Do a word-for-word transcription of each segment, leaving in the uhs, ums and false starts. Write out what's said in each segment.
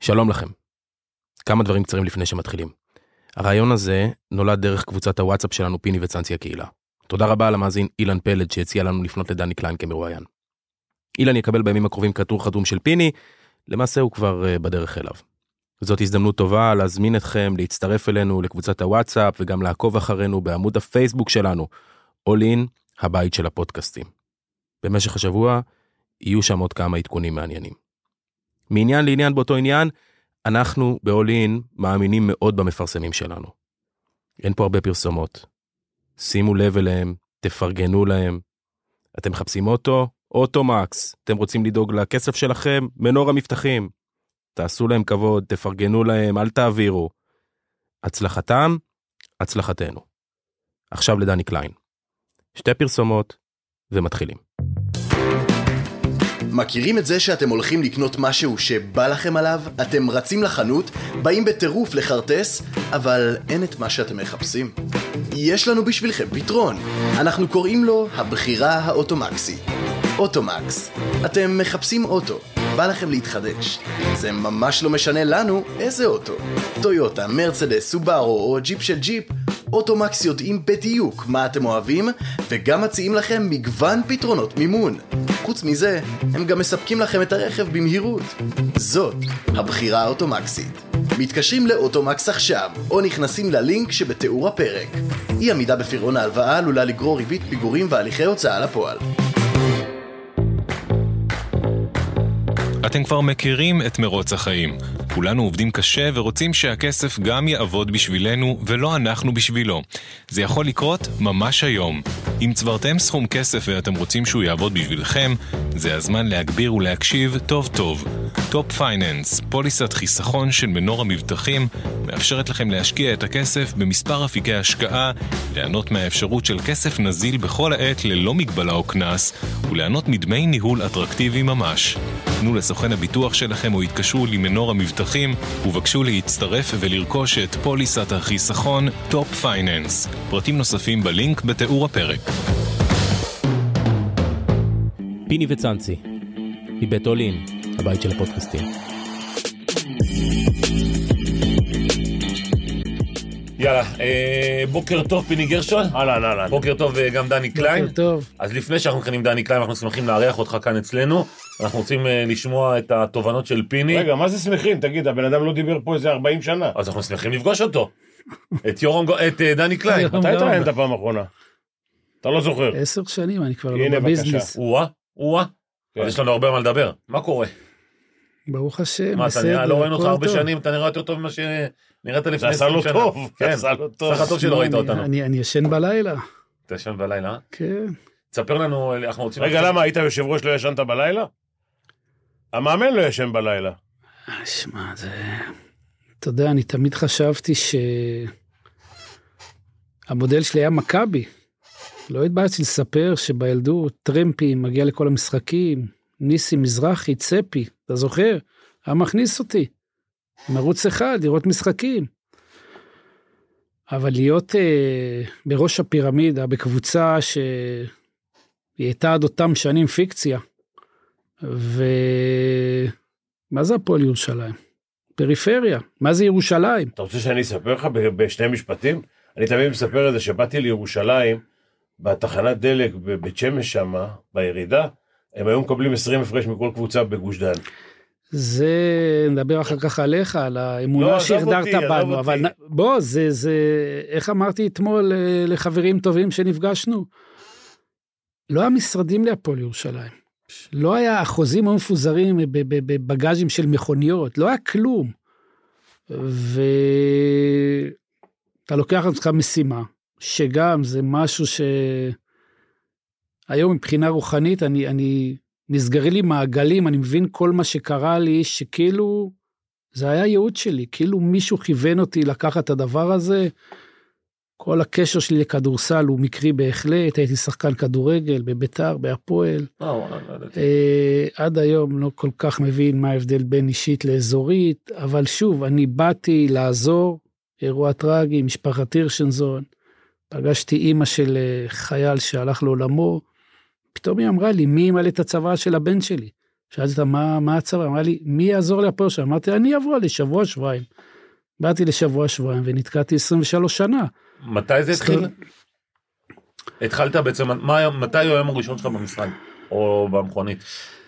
שלום לכם. כמה דברים קצרים לפני שמתחילים. הרעיון הזה נולד דרך קבוצת הוואטסאפ שלנו, פיני וצאנצי הקהילה. תודה רבה למאזין אילן פלד שהציע לנו לפנות לדני קליין כמרואיין. אילן יקבל בימים הקרובים כתור חתום של פיני, למעשה הוא כבר בדרך אליו. זאת הזדמנות טובה להזמין אתכם להצטרף אלינו לקבוצת הוואטסאפ וגם לעקוב אחרינו בעמוד הפייסבוק שלנו, All In, הבית של הפודקאסטים. במשך השבוע יהיו שם עוד כמה עדכונים מעניינים. מעניין לעניין באותו עניין, אנחנו ב-All In מאמינים מאוד במפרסמים שלנו. אין פה הרבה פרסומות. שימו לב אליהם, תפרגנו להם. אתם מחפשים אוטו? אוטומקס. אתם רוצים לדאוג לכסף שלכם? מנור המבטחים. תעשו להם כבוד, תפרגנו להם, אל תעבירו. הצלחתם, הצלחתנו. עכשיו לדני קליין. שתי פרסומות ומתחילים. מכירים את זה שאתם הולכים לקנות משהו שבא לכם עליו? אתם רצים לחנות, באים בטירוף לחרטס, אבל אין את מה שאתם מחפשים? יש לנו בשבילכם פתרון. אנחנו קוראים לו הבחירה האוטומקסית. אוטומקס. אתם מחפשים אוטו, בא לכם להתחדש. זה ממש לא משנה לנו איזה אוטו. טויוטה, מרצדס, סובארו או ג'יפ של ג'יפ, אוטומקס יודעים בדיוק מה אתם אוהבים, וגם מציעים לכם מגוון פתרונות מימון. חוץ מזה, הם גם מספקים לכם את הרכב במהירות. זאת הבחירה האוטומקסית. מתקשרים לאוטומקס עכשיו, או נכנסים ללינק שבתיאור הפרק. אי עמידה בפירעון ההלוואה עלולה לגרור ריבית פיגורים והליכי הוצאה לפועל. אתם כבר מכירים את מרוץ החיים. כולנו עובדים קשה ורוצים שהכסף גם יעבוד בשבילנו ולא אנחנו בשבילו. זה יכול לקרות ממש היום. אם צברתם סכום כסף ואתם רוצים שהוא יעבוד בשבילכם, זה הזמן להגביר ולהקשיב טוב טוב. טופ פייננס, פוליסת חיסכון של מנור המבטחים, מאפשרת לכם להשקיע את הכסף במספר אפיקי השקעה, ליהנות מהאפשרות של כסף נזיל בכל העת ללא מגבלה או כנס, וליהנות מדמי ניהול אטרקטיבי ממש. תנו לסוכן הביטוח שלכם או התקשרו למנור המבטחים ובקשו להצטרף ולרכוש את פוליסת החיסכון טופ פייננס. פרטים נוספים בלינק בתיאור הפרק. פיני וצאנצי, מבית All In, הבית של הפודקאסטים. יאללה, אה, בוקר טוב פיני גרשון. אהלן, אהלן. בוקר טוב גם דני קליין. בוקר טוב. אז לפני שאנחנו מתחילים דני קליין, אנחנו שמחים לארח אותך כאן אצלנו. אנחנו רוצים אה, לשמוע את התובנות של פיני. רגע, מה זה שמחים? תגיד, הבן אדם לא דיבר פה איזה ארבעים שנה. אז אנחנו שמחים לפגוש אותו. את יורם, את אה, דני קליין. מתי התראיינת פעם האחרונה? אתה לא זוכר. עשר שנים, אני כבר לא הנה, בביזנס. וואה, וואה. אז יש לנו הרבה מה לדבר. מה קורה? ברוך השם, מה, אתה נראה, לא ראינו אותך הרבה שנים, אתה נראה יותר טוב ממה שנראית לפני עשרים שנה. זה עשה לו טוב. כן, זה עשה לו טוב. סך הטוב שלא ראית אותנו. אני ישן בלילה. אתה ישן בלילה? כן. תספר לנו, אנחנו רוצים... רגע, למה, היית יושב ראש לא ישנת בלילה? המאמן לא ישן בלילה. שמע, זה... אתה יודע, אני תמיד חשבתי שהמודל שלי היה מכבי. לא התבאסתי לספר שבילדות טרמפי מגיע לכל המשחקים, ניסי מזרחי, צפי, אתה זוכר? היה מכניס אותי. מרוץ אחד, לראות משחקים. אבל להיות אה, בראש הפירמידה, בקבוצה שהיא הייתה עד אותם שנים פיקציה. ומה זה הפועל ירושלים? פריפריה. מה זה ירושלים? אתה רוצה שאני אספר לך בשני משפטים? אני תמיד מספר את זה שבאתי לירושלים, בתחנת דלק בבית שמש שמה, בירידה, הם היו מקבלים עשרים הפרש מכל קבוצה בגוש דן. זה, נדבר אחר כך עליך, על האמונה שהחדרת בנו, אבל בוא, זה, זה, איך אמרתי אתמול לחברים טובים שנפגשנו? לא היה משרדים להפועל ירושלים, לא היה החוזים המפוזרים בבגאז'ים של מכוניות, לא היה כלום, ואתה לוקח לך משימה, שגם זה משהו שהיום מבחינה רוחנית, אני, אני נסגרי לי מעגלים, אני מבין כל מה שקרה לי, שכאילו זה היה ייעוד שלי, כאילו מישהו כיוון אותי לקחת את הדבר הזה, כל הקשר שלי לכדורסל הוא מקרי בהחלט, הייתי שחקן כדורגל בביתר, בהפועל, עד היום לא כל כך מבין מה ההבדל בין אישית לאזורית, אבל שוב, אני באתי לעזור, אירוע טרגי, משפחת הירשנזון, פגשתי אימא של חייל שהלך לעולמו, פתאום היא אמרה לי, מי ימלא את הצבא של הבן שלי? שאלתי אותה, מה, מה הצבא? אמרה לי, מי יעזור לי הפועל שלך? אמרתי, אני אבוא לשבוע, שבועיים. באתי לשבוע, שבועיים, ונתקעתי עשרים ושלוש שנה. מתי זה התחיל? התחלת בעצם, מה, מתי היום הראשון שלך במשרד? או במכונית?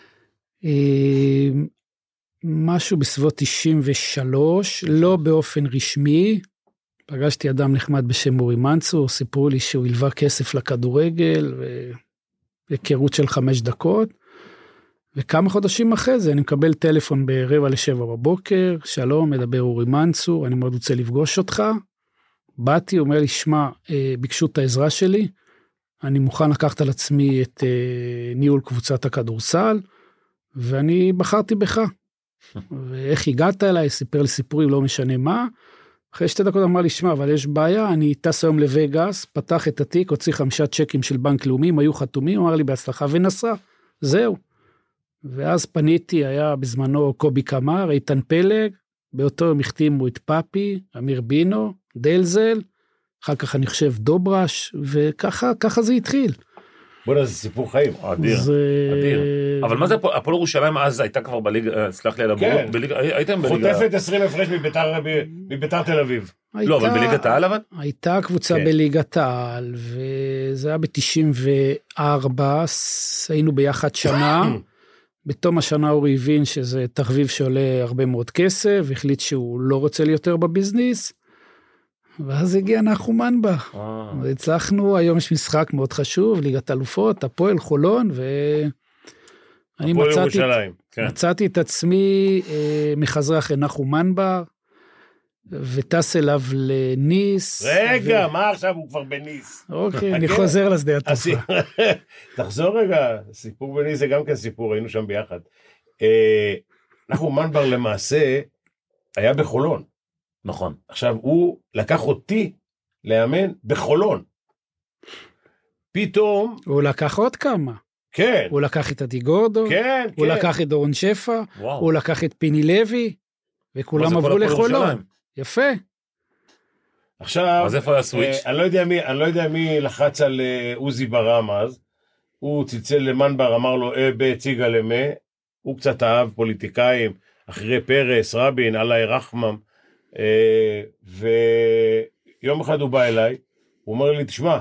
משהו בסביבות תשעים ושלוש, לא באופן רשמי. פגשתי אדם נחמד בשם אורי מנצור, סיפרו לי שהוא הלווה כסף לכדורגל, והיכרות של חמש דקות. וכמה חודשים אחרי זה אני מקבל טלפון ברבע לשבע בבוקר, שלום, מדבר אורי מנצור, אני מאוד רוצה לפגוש אותך. באתי, אומר לי, שמע, ביקשו את העזרה שלי, אני מוכן לקחת על עצמי את ניהול קבוצת הכדורסל, ואני בחרתי בך. ואיך הגעת אליי, סיפר לי סיפורים, לא משנה מה. אחרי שתי דקות אמר לי, שמע, אבל יש בעיה, אני טס היום לווגאס, פתח את התיק, הוציא חמישה צ'קים של בנק לאומי, היו חתומים, אמר לי בהצלחה ונסע, זהו. ואז פניתי, היה בזמנו קובי קמר, איתן פלג, באותו יום החתימו את פאפי, אמיר בינו, דלזל, אחר כך אני חושב דוברש, וככה ככה זה התחיל. בוא נעשה סיפור חיים. אדיר, זה... אדיר. אבל מה זה, הפועל ירושלים אז הייתה כבר בליגה, סלח לי על הבורות, כן. בליגה, הייתם בליגה... חוטפת עשרים הפרש מביתר, מביתר תל אביב. הייתה, לא, אבל בליגת העל אבל? הייתה קבוצה כן. בליגת העל, וזה היה ב-תשעים וארבע, היינו ביחד שנה, בתום השנה אורי הבין שזה תחביב שעולה הרבה מאוד כסף, והחליט שהוא לא רוצה להיות יותר בביזנס, ואז הגיע נחום מנבע, והצלחנו, היום יש משחק מאוד חשוב, ליגת אלופות, הפועל חולון, ואני מצאתי, כן. מצאתי את עצמי אה, מחזרה אחרי נחום מנבע, וטס אליו לניס. רגע, ו... מה עכשיו הוא כבר בניס? אוקיי, אני חוזר לשדה התעופה. תחזור רגע, סיפור בניס זה גם כן סיפור, היינו שם ביחד. נחום מנבע למעשה היה בחולון. נכון. עכשיו, הוא לקח אותי לאמן בחולון. פתאום... הוא לקח עוד כמה. כן. הוא לקח את עדי גורדון. כן, הוא כן. לקח את דורון שפע. וואו. הוא לקח את פיני לוי. וכולם עברו לחולון. יפה. עכשיו... אז איפה היה סוויץ'? אני לא יודע מי, אני לא יודע מי לחץ על עוזי ברם אז. הוא צלצל למנבר, אמר לו, אה, בהציגה למה. הוא קצת אהב פוליטיקאים, אחרי פרס, רבין, אללה רחמם. ויום אחד הוא בא אליי, הוא אומר לי, תשמע,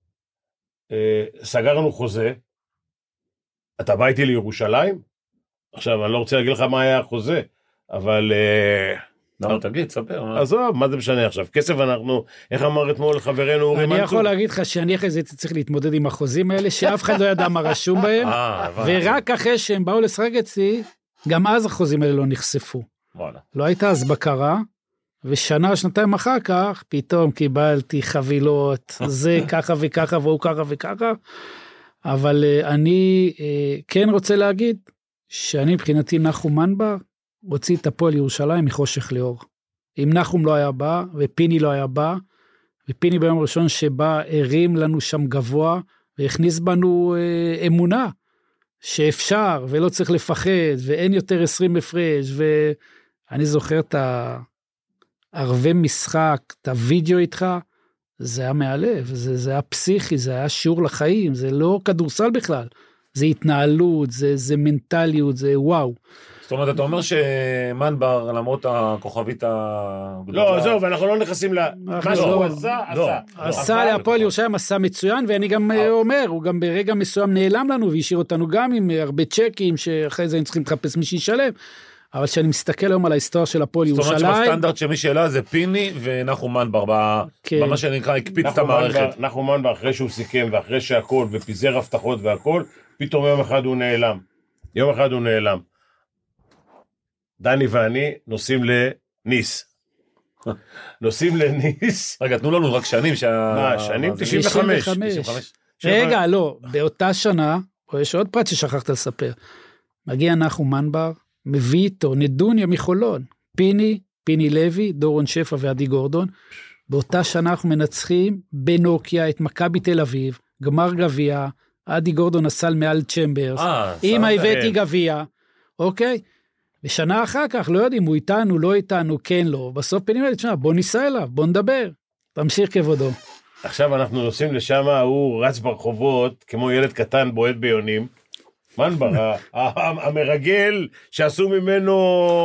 סגרנו חוזה, אתה בא איתי לירושלים? עכשיו, אני לא רוצה להגיד לך מה היה החוזה, אבל... לא, תגיד, ספר. עזוב, מה זה משנה עכשיו? כסף אנחנו, איך אמר אתמול חברנו אורי מנצור? אני יכול להגיד לך שאני אחרי זה צריך להתמודד עם החוזים האלה, שאף אחד לא ידע מה רשום בהם, ורק אחרי שהם באו לשחק אצלי, גם אז החוזים האלה לא נחשפו. לא הייתה אז בקרה, ושנה, שנתיים אחר כך, פתאום קיבלתי חבילות, זה ככה וככה, והוא ככה וככה, אבל אני כן רוצה להגיד, שאני מבחינתי נחום מנבע, הוציא את הפועל ירושלים מחושך לאור. אם נחום לא היה בא, ופיני לא היה בא, ופיני ביום ראשון שבא, הרים לנו שם גבוה, והכניס בנו אה, אמונה, שאפשר, ולא צריך לפחד, ואין יותר עשרים הפרש, ואני זוכר את הערבי משחק, את הוידאו איתך, זה היה מהלב, זה, זה היה פסיכי, זה היה שיעור לחיים, זה לא כדורסל בכלל, זה התנהלות, זה, זה מנטליות, זה וואו. זאת אומרת, אתה אומר שמנבר, למרות הכוכבית הגדולה... לא, זהו, ואנחנו לא נכנסים ל... מה שהוא עשה, עשה. עשה להפועל ירושלים, עשה מצוין, ואני גם אומר, הוא גם ברגע מסוים נעלם לנו, והשאיר אותנו גם עם הרבה צ'קים, שאחרי זה הם צריכים לחפש מי שישלם, אבל כשאני מסתכל היום על ההיסטוריה של הפועל ירושלים... זאת אומרת שבסטנדרט שמי שאלה זה פיני ונחום מנבר, במה שנקרא, הקפיץ את המערכת. נחום מנבר, אחרי שהוא סיכם, ואחרי שהכל, ופיזר הבטחות והכל, פתאום יום אחד הוא נעלם. יום אחד הוא נעלם. דני ואני נוסעים לניס. נוסעים לניס. רגע, תנו לנו רק שנים. מה, שנים? תשעים וחמש. רגע, לא, באותה שנה, פה יש עוד פרט ששכחת לספר. מגיע נחום מנבר, מביא איתו נדוניה מחולון, פיני, פיני לוי, דורון שפע ועדי גורדון. באותה שנה אנחנו מנצחים בנוקיה את מכבי תל אביב, גמר גביע, עדי גורדון אסל מעל צ'מברס, אמא הבאתי גביע, אוקיי? ושנה אחר כך, לא יודעים, הוא איתנו, לא איתנו, כן, לא. בסוף פנים אלה, תשמע, בוא ניסה אליו, בוא נדבר. תמשיך כבודו. עכשיו אנחנו נוסעים לשם, הוא רץ ברחובות, כמו ילד קטן בועט ביונים, מנבר, המרגל שעשו ממנו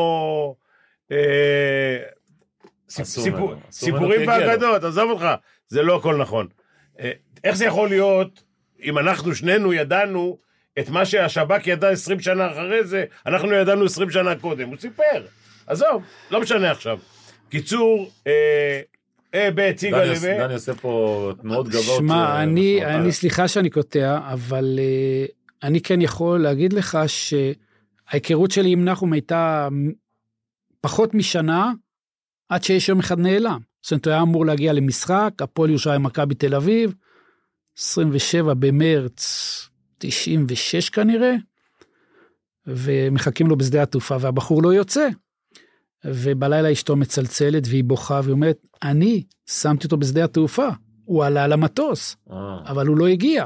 סיפורים ואגדות, עזוב אותך, זה לא הכל נכון. איך זה יכול להיות, אם אנחנו שנינו ידענו את מה שהשב"כ ידע עשרים שנה אחרי זה, אנחנו ידענו עשרים שנה קודם, הוא סיפר, עזוב, לא משנה עכשיו. קיצור, אה, אה, בהציג על אמת. דני עושה פה תנועות גבות. שמע, אני, אני סליחה שאני קוטע, אבל uh, אני כן יכול להגיד לך שההיכרות שלי עם נחום הייתה פחות משנה, עד שיש יום אחד נעלם. זאת אומרת, הוא היה אמור להגיע למשחק, הפועל ירושלים מכבי בתל אביב, עשרים ושבעה במרץ תשעים ושש כנראה, ומחכים לו בשדה התעופה, והבחור לא יוצא. ובלילה אשתו מצלצלת, והיא בוכה, והיא אומרת, אני שמתי אותו בשדה התעופה, הוא עלה על המטוס, אבל הוא לא הגיע.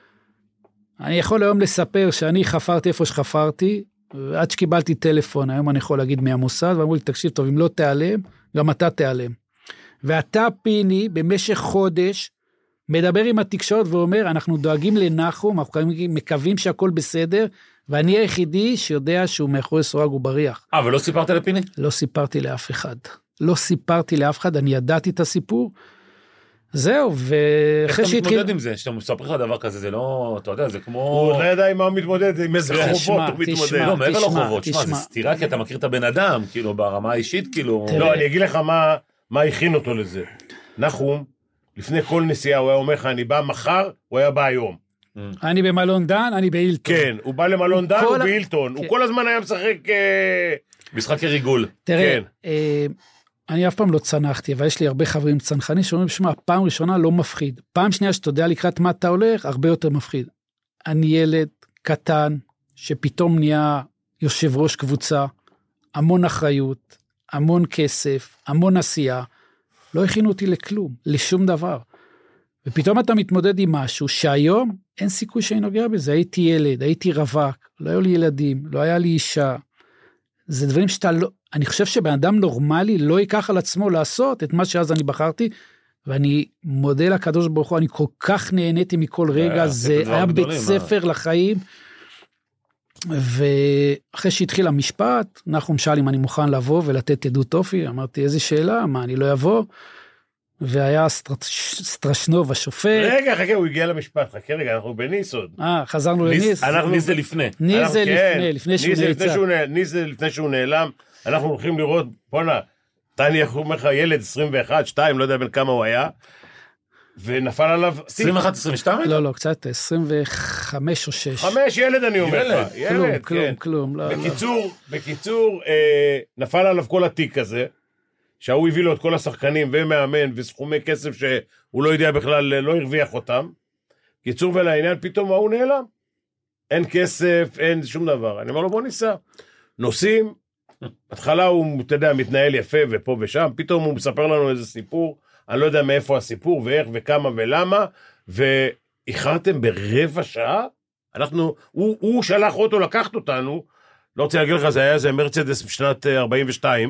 אני יכול היום לספר שאני חפרתי איפה שחפרתי, ועד שקיבלתי טלפון, היום אני יכול להגיד מהמוסד, ואמרו לי, תקשיב טוב, אם לא תיעלם, גם אתה תיעלם. ואתה פיני, במשך חודש, מדבר עם התקשורת ואומר, אנחנו דואגים לנחום, אנחנו מקווים שהכל בסדר, ואני היחידי שיודע שהוא מאחורי סורג ובריח. אה, ולא סיפרת לפיני? לא סיפרתי לאף אחד. לא סיפרתי לאף אחד, אני ידעתי את הסיפור. זהו, ואחרי שהתחיל... איך אתה מתמודד שהתחיל... עם זה? שאתה מספר לך דבר כזה, זה לא... אתה יודע, זה כמו... הוא לא ידע עם מה הוא מתמודד, עם איזה חובות הוא מתמודד. לא, מעבר לחובות, שמע, זה סתירה, כי אתה מכיר את הבן אדם, כאילו, ברמה האישית, כאילו... לא, אני אגיד לך מה, מה הכין אותו לזה. נחום, לפני כל נסיעה, הוא היה אומר לך, אני בא מחר, הוא היה בא היום. אני במלון דן, אני באילטון. כן, הוא בא למלון דן, הוא באילטון. הוא כל הזמן היה משחק... משחק הריגול. תראה, אני אף פעם לא צנחתי, אבל יש לי הרבה חברים צנחני שאומרים, שמה, פעם ראשונה לא מפחיד. פעם שנייה שאתה יודע לקראת מה אתה הולך, הרבה יותר מפחיד. אני ילד קטן, שפתאום נהיה יושב ראש קבוצה, המון אחריות, המון כסף, המון עשייה, לא הכינו אותי לכלום, לשום דבר. ופתאום אתה מתמודד עם משהו שהיום אין סיכוי שאני נוגע בזה. הייתי ילד, הייתי רווק, לא היו לי ילדים, לא היה לי אישה. זה דברים שאתה לא, אני חושב שבן אדם נורמלי לא ייקח על עצמו לעשות את מה שאז אני בחרתי, ואני מודה לקדוש ברוך הוא, אני כל כך נהניתי מכל רגע, זה היה בית ספר לחיים, ואחרי שהתחיל המשפט, נחום שאל אם אני מוכן לבוא ולתת עדות אופי, אמרתי איזה שאלה, מה אני לא אבוא, והיה סטרשנוב השופט. רגע, חכה, הוא הגיע למשפט, חכה רגע, אנחנו בניס עוד. אה, חזרנו לניס. ניס זה לפני. ניס זה לפני, לפני שהוא נעצר. ניס זה לפני שהוא נעלם, אנחנו הולכים לראות, בונה, תני יכול לך ילד עשרים ואחת, שתיים, לא יודע בין כמה הוא היה, ונפל עליו... עשרים ואחת, עשרים ושתיים? לא, לא, קצת עשרים וחמש או שש. חמש, ילד אני אומר לך. ילד, כלום, כלום. בקיצור, בקיצור, נפל עליו כל התיק הזה, שהוא הביא לו את כל השחקנים ומאמן וסכומי כסף שהוא לא יודע בכלל, לא הרוויח אותם. קיצור ולעניין, פתאום הוא נעלם. אין כסף, אין שום דבר. אני אומר לו, בוא ניסע. נוסעים, התחלה הוא, אתה יודע, מתנהל יפה ופה ושם, פתאום הוא מספר לנו איזה סיפור, אני לא יודע מאיפה הסיפור ואיך וכמה ולמה, ואיחרתם ברבע שעה, אנחנו, הוא, הוא שלח אותו לקחת אותנו, לא רוצה להגיד לך, זה היה איזה מרצדס בשנת ארבעים ושתיים,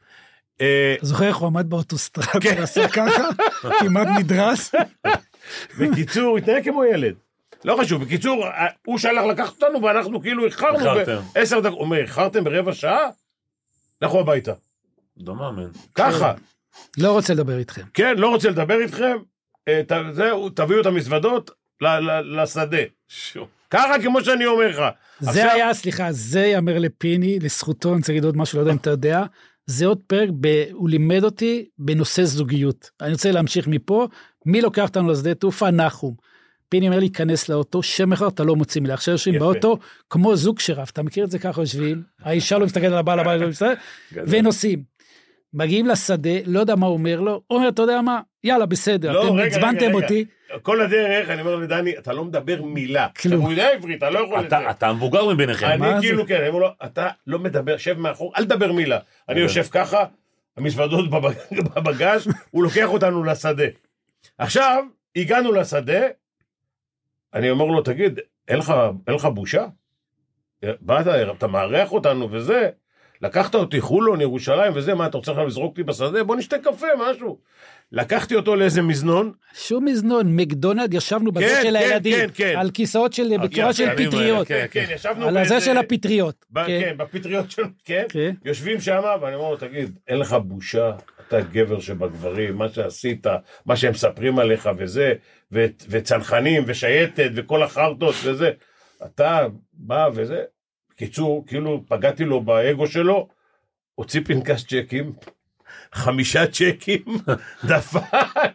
זוכר איך הוא עמד באוטוסטרדה, ועשה ככה, כמעט נדרס. בקיצור, הוא התנהג כמו ילד. לא חשוב, בקיצור, הוא שלח לקחת אותנו, ואנחנו כאילו איחרנו בעשר דקות. הוא אומר, איחרתם ברבע שעה? לכו הביתה. לא מאמן. ככה. לא רוצה לדבר איתכם. כן, לא רוצה לדבר איתכם. תביאו את המזוודות לשדה. ככה כמו שאני אומר לך. זה היה, סליחה, זה יאמר לפיני, לזכותו, אני צריך להגיד עוד משהו, לא יודע אם אתה יודע, זה עוד פרק, ב... הוא לימד אותי בנושא זוגיות. אני רוצה להמשיך מפה, מי לוקח אותנו לשדה תעופה? נחום. פיני אומר לי, כנס לאוטו, שם אחד אתה לא מוציא מילה. עכשיו יושבים באוטו, כמו זוג שרף, אתה מכיר את זה ככה יושבים, האישה לא מסתכלת על הבעל, הבעל לא מסתכלת, ונוסעים. מגיעים לשדה, לא יודע מה הוא אומר לו, אומר, אתה יודע מה, יאללה, בסדר, לא, אתם רגע, הצבנתם רגע, אותי. רגע. כל הדרך, אני אומר לדני, אתה לא מדבר מילה. כלום. הוא יודע עברית, אתה לא יכול את זה. אתה מבוגר מביניכם. אני כאילו, כן, אני אומר לו, אתה לא מדבר, שב מאחור, אל תדבר מילה. אני יושב ככה, המזוודות בבגז, הוא לוקח אותנו לשדה. עכשיו, הגענו לשדה, אני אומר לו, תגיד, אין לך בושה? באת, אתה מערך אותנו וזה? לקחת אותי חולון, ירושלים וזה, מה אתה רוצה לך לזרוק אותי בשדה? בוא נשתה קפה, משהו. לקחתי אותו לאיזה מזנון. שום מזנון, מקדונלד, ישבנו בזה כן, של כן, הילדים, כן, כן. על כיסאות של, בצורה של פטריות. כן, כן, ישבנו על באיזה... הזה של הפטריות. ב- כן. כן, בפטריות שלנו, כן. כן. יושבים שם, ואני אומר לו, תגיד, אין לך בושה, אתה גבר שבגברים, מה שעשית, מה שהם מספרים עליך וזה, ו- וצנחנים ושייטת וכל החרטות וזה. אתה בא וזה, קיצור, כאילו פגעתי לו באגו שלו, הוציא פנקס צ'קים, חמישה צ'קים, דפק,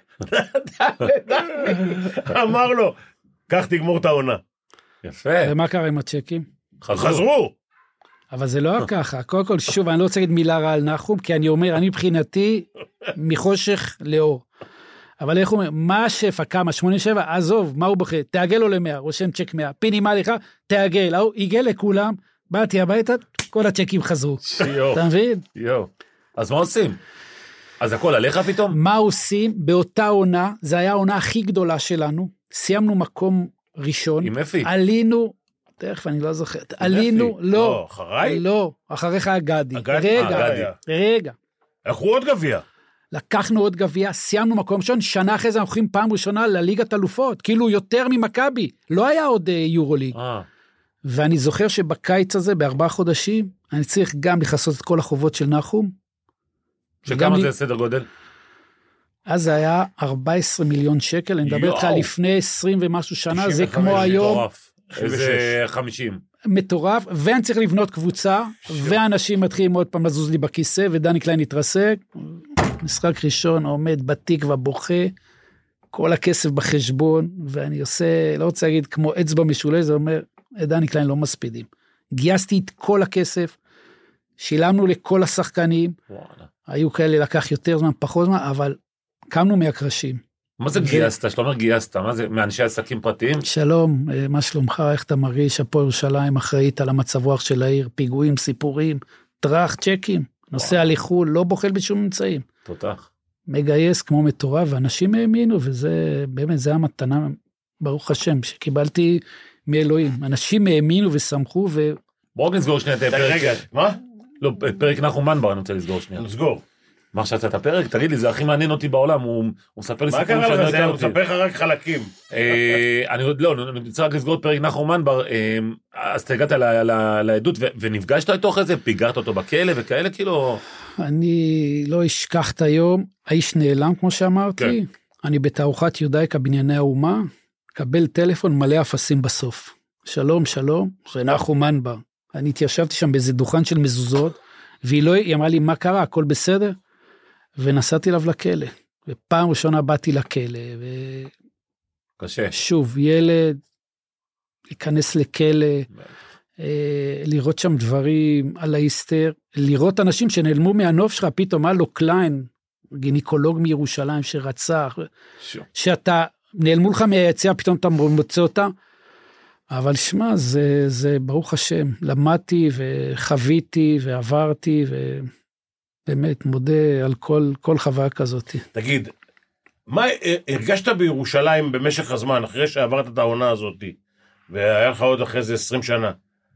אמר לו, קח תגמור את העונה. יפה. ומה קרה עם הצ'קים? חזרו. אבל זה לא היה ככה. קודם כל, שוב, אני לא רוצה להגיד מילה רע על נחום, כי אני אומר, אני מבחינתי, מחושך לאור. אבל איך הוא אומר, מה השפע, כמה, שמונים ושבע, עזוב, מה הוא בוחר? תעגל לו למאה, רושם צ'ק מאה, פיני מה לך? תעגל, הוא עיגל לכולם, באתי הביתה, כל הצ'קים חזרו. אתה מבין? יו. אז מה עושים? אז הכל עליך פתאום? מה עושים? באותה עונה, זה היה העונה הכי גדולה שלנו, סיימנו מקום ראשון, עם אפי. עלינו, תכף אני לא זוכר, עלינו, לא, לא, אחריי? לא, אחריך הגדי, הגדי, רגע, הגדי. רגע, אנחנו עוד גביע. לקחנו עוד גביע, סיימנו מקום ראשון, שנה אחרי זה אנחנו הולכים פעם ראשונה לליגת אלופות, כאילו יותר ממכבי, לא היה עוד יורוליג. אה. ואני זוכר שבקיץ הזה, בארבעה חודשים, אני צריך גם לכסות את כל החובות של נחום. שכמה לי... זה סדר גודל? אז זה היה ארבעה עשרה מיליון שקל, אני מדבר איתך לפני עשרים ומשהו שנה, זה כמו היום. מטורף. איזה חמישים. מטורף, ואני צריך לבנות קבוצה, ואנשים מתחילים עוד פעם לזוז לי בכיסא, ודני קליין התרסק, משחק ראשון עומד בתקווה בוכה, כל הכסף בחשבון, ואני עושה, לא רוצה להגיד כמו אצבע משולש, זה אומר, דני קליין לא מספידים. גייסתי את כל הכסף, שילמנו לכל השחקנים, וואלה. היו כאלה לקח יותר זמן, פחות זמן, אבל קמנו מהקרשים. מה זה גייסת? שאתה אומר גייסת, מה זה, מאנשי עסקים פרטיים? שלום, מה שלומך, איך אתה מרגיש? הפועל ירושלים אחראית על המצב רוח של העיר, פיגועים, סיפורים, טרח, צ'קים, נוסע לחו"ל, לא בוחל בשום אמצעים. תותח. מגייס כמו מטורף, ואנשים האמינו, וזה באמת, זה המתנה, ברוך השם, שקיבלתי מאלוהים. אנשים האמינו ושמחו, ו... בואו נסגור שנייה את הפרק. רגע, מה? לא, את פרק נחום מנבר אני רוצה לסגור שנייה. נסגור. מה עכשיו את הפרק? תגיד לי, זה הכי מעניין אותי בעולם, הוא מספר לי מה סיפורים קרה שאני לך? לא הוא הכרתי. מספר לך רק חלקים. אני עוד לא, אני רוצה רק לסגור את פרק נחום מנבר, אז אתה הגעת לעדות ונפגשת איתו אחרי זה, פיגרת אותו בכלא וכאלה, כאילו... אני לא אשכח את היום, האיש נעלם כמו שאמרתי, אני בתערוכת יודאיקה בנייני האומה, קבל טלפון מלא אפסים בסוף. שלום, שלום, זה נחום מנבר. אני התיישבתי שם באיזה דוכן של מזוזות, והיא לא, היא אמרה לי, מה קרה, הכל בסדר? ונסעתי אליו לכלא. ופעם ראשונה באתי לכלא, ו... קשה. שוב, ילד, להיכנס לכלא, אה, לראות שם דברים על ההיסטר, לראות אנשים שנעלמו מהנוף שלך, פתאום הלו קליין, גינקולוג מירושלים שרצח, שו. שאתה, נעלמו לך מהיציאה, פתאום אתה מוצא אותה, אבל שמה, זה, זה ברוך השם, למדתי וחוויתי ועברתי, ובאמת מודה על כל, כל חוויה כזאת. תגיד, מה הרגשת בירושלים במשך הזמן, אחרי שעברת את העונה הזאת, והיה לך עוד אחרי זה עשרים שנה,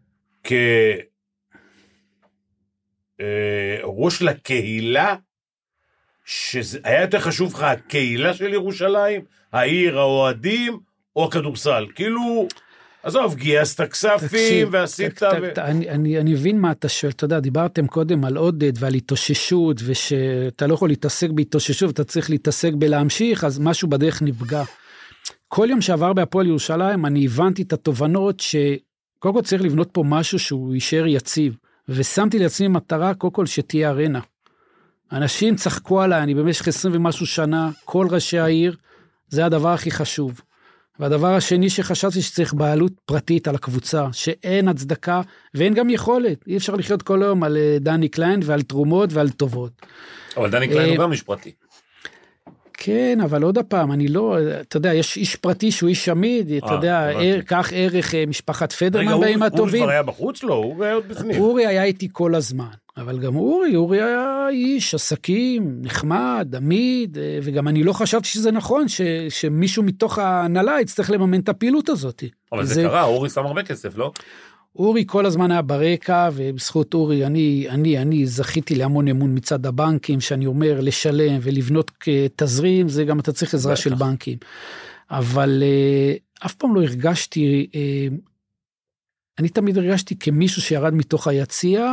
כראש לקהילה, שהיה יותר חשוב לך הקהילה של ירושלים, העיר, האוהדים, או הכדורסל? כאילו... עזוב, גייסת כספים ועשית... תק, ו... תק, אני, אני, אני מבין מה אתה שואל, אתה יודע, דיברתם קודם על עודד ועל התאוששות, ושאתה לא יכול להתעסק בהתאוששות, אתה צריך להתעסק בלהמשיך, אז משהו בדרך נפגע. כל יום שעבר בהפועל ירושלים, אני הבנתי את התובנות, שקודם כל צריך לבנות פה משהו שהוא יישאר יציב, ושמתי לעצמי מטרה, קודם כל שתהיה ארנה. אנשים צחקו עליי, אני במשך עשרים ומשהו שנה, כל ראשי העיר, זה הדבר הכי חשוב. והדבר השני שחשבתי שצריך בעלות פרטית על הקבוצה, שאין הצדקה ואין גם יכולת. אי אפשר לחיות כל היום על דני קליין ועל תרומות ועל טובות. אבל דני קליין הוא גם איש פרטי. כן, אבל עוד הפעם, אני לא, אתה יודע, יש איש פרטי שהוא איש עמיד, אתה יודע, כך ערך משפחת פדרמן באים הטובים. אורי כבר היה בחוץ? לא, אורי היה עוד בפנים. אורי היה איתי כל הזמן. אבל גם אורי, אורי היה איש עסקים, נחמד, עמיד, וגם אני לא חשבתי שזה נכון, ש, שמישהו מתוך ההנהלה יצטרך לממן את הפעילות הזאת. אבל זה, זה קרה, אורי שם הרבה כסף, לא? אורי כל הזמן היה ברקע, ובזכות אורי אני, אני, אני זכיתי להמון אמון מצד הבנקים, שאני אומר לשלם ולבנות תזרים, זה גם אתה צריך עזרה של בנקים. אבל uh, אף פעם לא הרגשתי, uh, אני תמיד הרגשתי כמישהו שירד מתוך היציע,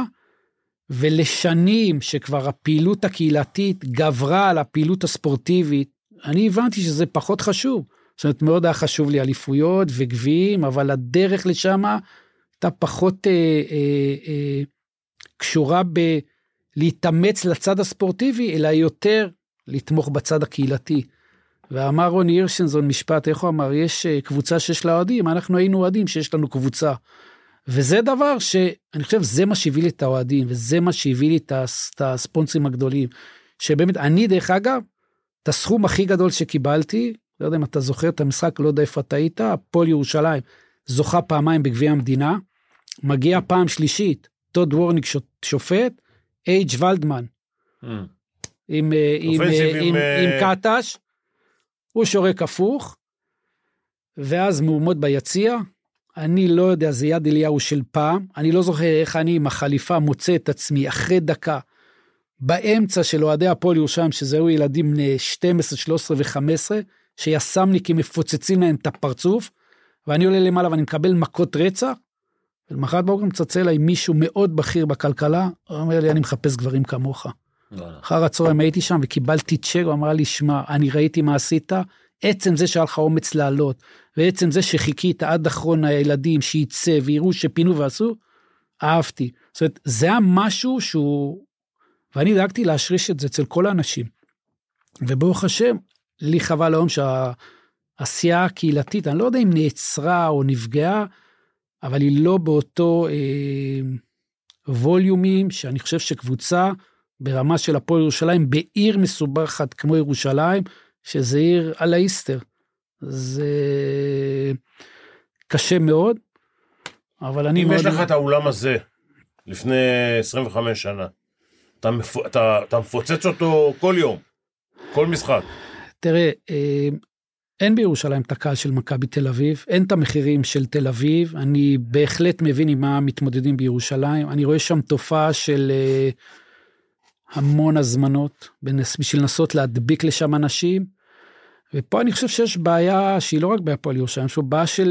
ולשנים שכבר הפעילות הקהילתית גברה על הפעילות הספורטיבית, אני הבנתי שזה פחות חשוב. זאת אומרת, מאוד היה חשוב לי אליפויות וגביעים, אבל הדרך לשם הייתה פחות אה, אה, אה, קשורה בלהתאמץ לצד הספורטיבי, אלא יותר לתמוך בצד הקהילתי. ואמר רוני הירשנזון משפט, איך הוא אמר, יש קבוצה שיש לה אוהדים, אנחנו היינו אוהדים שיש לנו קבוצה. וזה דבר שאני חושב, זה מה שהביא לי את האוהדים, וזה מה שהביא לי את הספונסרים הגדולים, שבאמת, אני דרך אגב, את הסכום הכי גדול שקיבלתי, לא יודע אם אתה זוכר את המשחק, לא יודע איפה אתה היית, הפועל ירושלים, זוכה פעמיים בגביע המדינה, מגיע פעם שלישית, טוד וורניק שופט, אייג' ולדמן, עם, עם, עם, עם, עם קטש, הוא שורק הפוך, ואז מהומות ביציע, אני לא יודע, זה יד אליהו של פעם, אני לא זוכר איך אני עם החליפה מוצא את עצמי אחרי דקה, באמצע של אוהדי הפועל ירושלים, שזהו ילדים בני שתים עשרה, שלוש עשרה וחמש עשרה, שיסמניקים מפוצצים להם את הפרצוף, ואני עולה למעלה ואני מקבל מכות רצח, ולמחרת בוקר מצצה אליי מישהו מאוד בכיר בכלכלה, הוא אומר לי, אני מחפש גברים כמוך. אחר הצהריים הייתי שם וקיבלתי צ'ק, הוא אמר לי, שמע, אני ראיתי מה עשית, עצם זה שהיה לך אומץ לעלות, ועצם זה שחיכית עד אחרון הילדים שייצא ויראו שפינו ועשו, אהבתי. זאת אומרת, זה היה משהו שהוא, ואני דאגתי להשריש את זה אצל כל האנשים. וברוך השם, לי חבל היום שהעשייה הקהילתית, אני לא יודע אם נעצרה או נפגעה, אבל היא לא באותו אה, ווליומים, שאני חושב שקבוצה ברמה של הפועל ירושלים, בעיר מסובכת כמו ירושלים, שזה עיר על האיסטר. זה קשה מאוד, אבל אני... אם מאוד... יש לך את האולם הזה, לפני עשרים וחמש שנה, אתה, מפ... אתה, אתה מפוצץ אותו כל יום, כל משחק. תראה, אין בירושלים את הקהל של מכבי תל אביב, אין את המחירים של תל אביב, אני בהחלט מבין עם מה מתמודדים בירושלים, אני רואה שם תופעה של המון הזמנות, בשביל לנסות להדביק לשם אנשים, ופה אני חושב שיש בעיה שהיא לא רק בהפועל ירושלים, יש בעיה של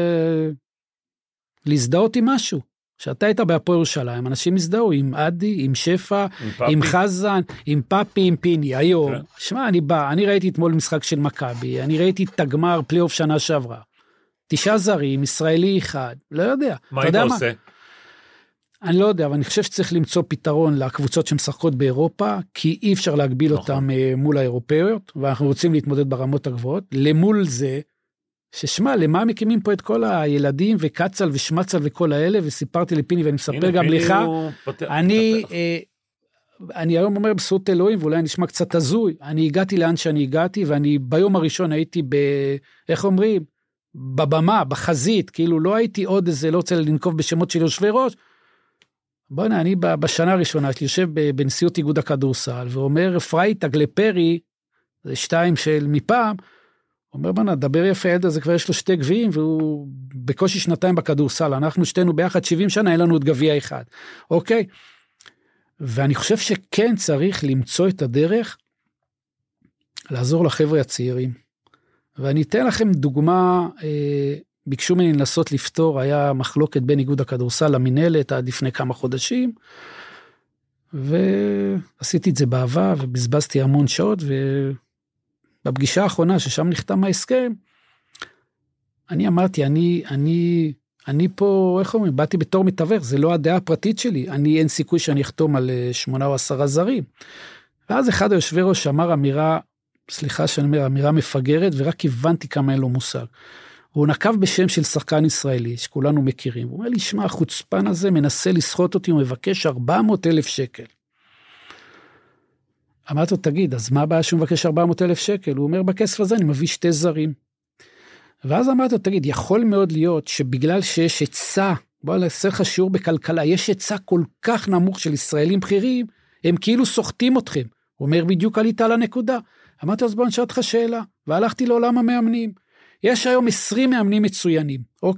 להזדהות עם משהו. שאתה היית בהפועל ירושלים, אנשים הזדהו עם אדי, עם שפע, עם, עם חזן, עם פאפי, עם פיני, היום. Okay. שמע, אני בא, אני ראיתי אתמול משחק של מכבי, אני ראיתי את הגמר פלייאוף שנה שעברה. תשעה זרים, ישראלי אחד, לא יודע. מה היית עושה? אני לא יודע, אבל אני חושב שצריך למצוא פתרון לקבוצות שמשחקות באירופה, כי אי אפשר להגביל נכון. אותם מול האירופאיות, ואנחנו רוצים להתמודד ברמות הגבוהות. למול זה, ששמע, למה מקימים פה את כל הילדים וקצל ושמצל וכל האלה, וסיפרתי לפיני ואני מספר גם לך, אני, אני היום אומר בזכות אלוהים, ואולי נשמע קצת הזוי, אני הגעתי לאן שאני הגעתי, ואני ביום הראשון הייתי ב, איך אומרים, בבמה, בחזית, כאילו לא הייתי עוד איזה, לא רוצה לנקוב בשמות של יושבי ראש, בוא נה, אני בשנה הראשונה, אני יושב בנשיאות איגוד הכדורסל, ואומר פרייטג לפרי, זה שתיים של מפעם, אומר בנה, דבר יפה ילד הזה, כבר יש לו שתי גביעים, והוא בקושי שנתיים בכדורסל, אנחנו שתינו ביחד שבעים שנה, אין לנו עוד גביע אחד, אוקיי? ואני חושב שכן צריך למצוא את הדרך, לעזור לחבר'ה הצעירים, ואני אתן לכם דוגמה, אה, ביקשו ממני לנסות לפתור, היה מחלוקת בין איגוד הכדורסל למנהלת, עד לפני כמה חודשים, ועשיתי את זה באהבה, ובזבזתי המון שעות, ו... בפגישה האחרונה ששם נחתם ההסכם, אני אמרתי, אני, אני, אני פה, איך אומרים, באתי בתור מתווך, זה לא הדעה הפרטית שלי, אני אין סיכוי שאני אחתום על שמונה או עשרה זרים. ואז אחד היושבי ראש אמר אמירה, סליחה שאני אומר, אמירה מפגרת, ורק הבנתי כמה אין לו מושג. הוא נקב בשם של שחקן ישראלי, שכולנו מכירים, הוא אומר לי, שמע, החוצפן הזה מנסה לסחוט אותי, הוא מבקש ארבע מאות אלף שקל. אמרתי לו, תגיד, אז מה הבעיה שהוא מבקש ארבע מאות אלף שקל? הוא אומר, בכסף הזה אני מביא שתי זרים. ואז אמרתי לו, תגיד, יכול מאוד להיות שבגלל שיש היצע, בוא נעשה לך שיעור בכלכלה, יש היצע כל כך נמוך של ישראלים בכירים, הם כאילו סוחטים אתכם. הוא אומר, בדיוק עלית על הנקודה. אמרתי לו, אז בוא נשאל אותך שאלה, והלכתי לעולם המאמנים. יש היום עשרים מאמנים מצוינים, אוקיי?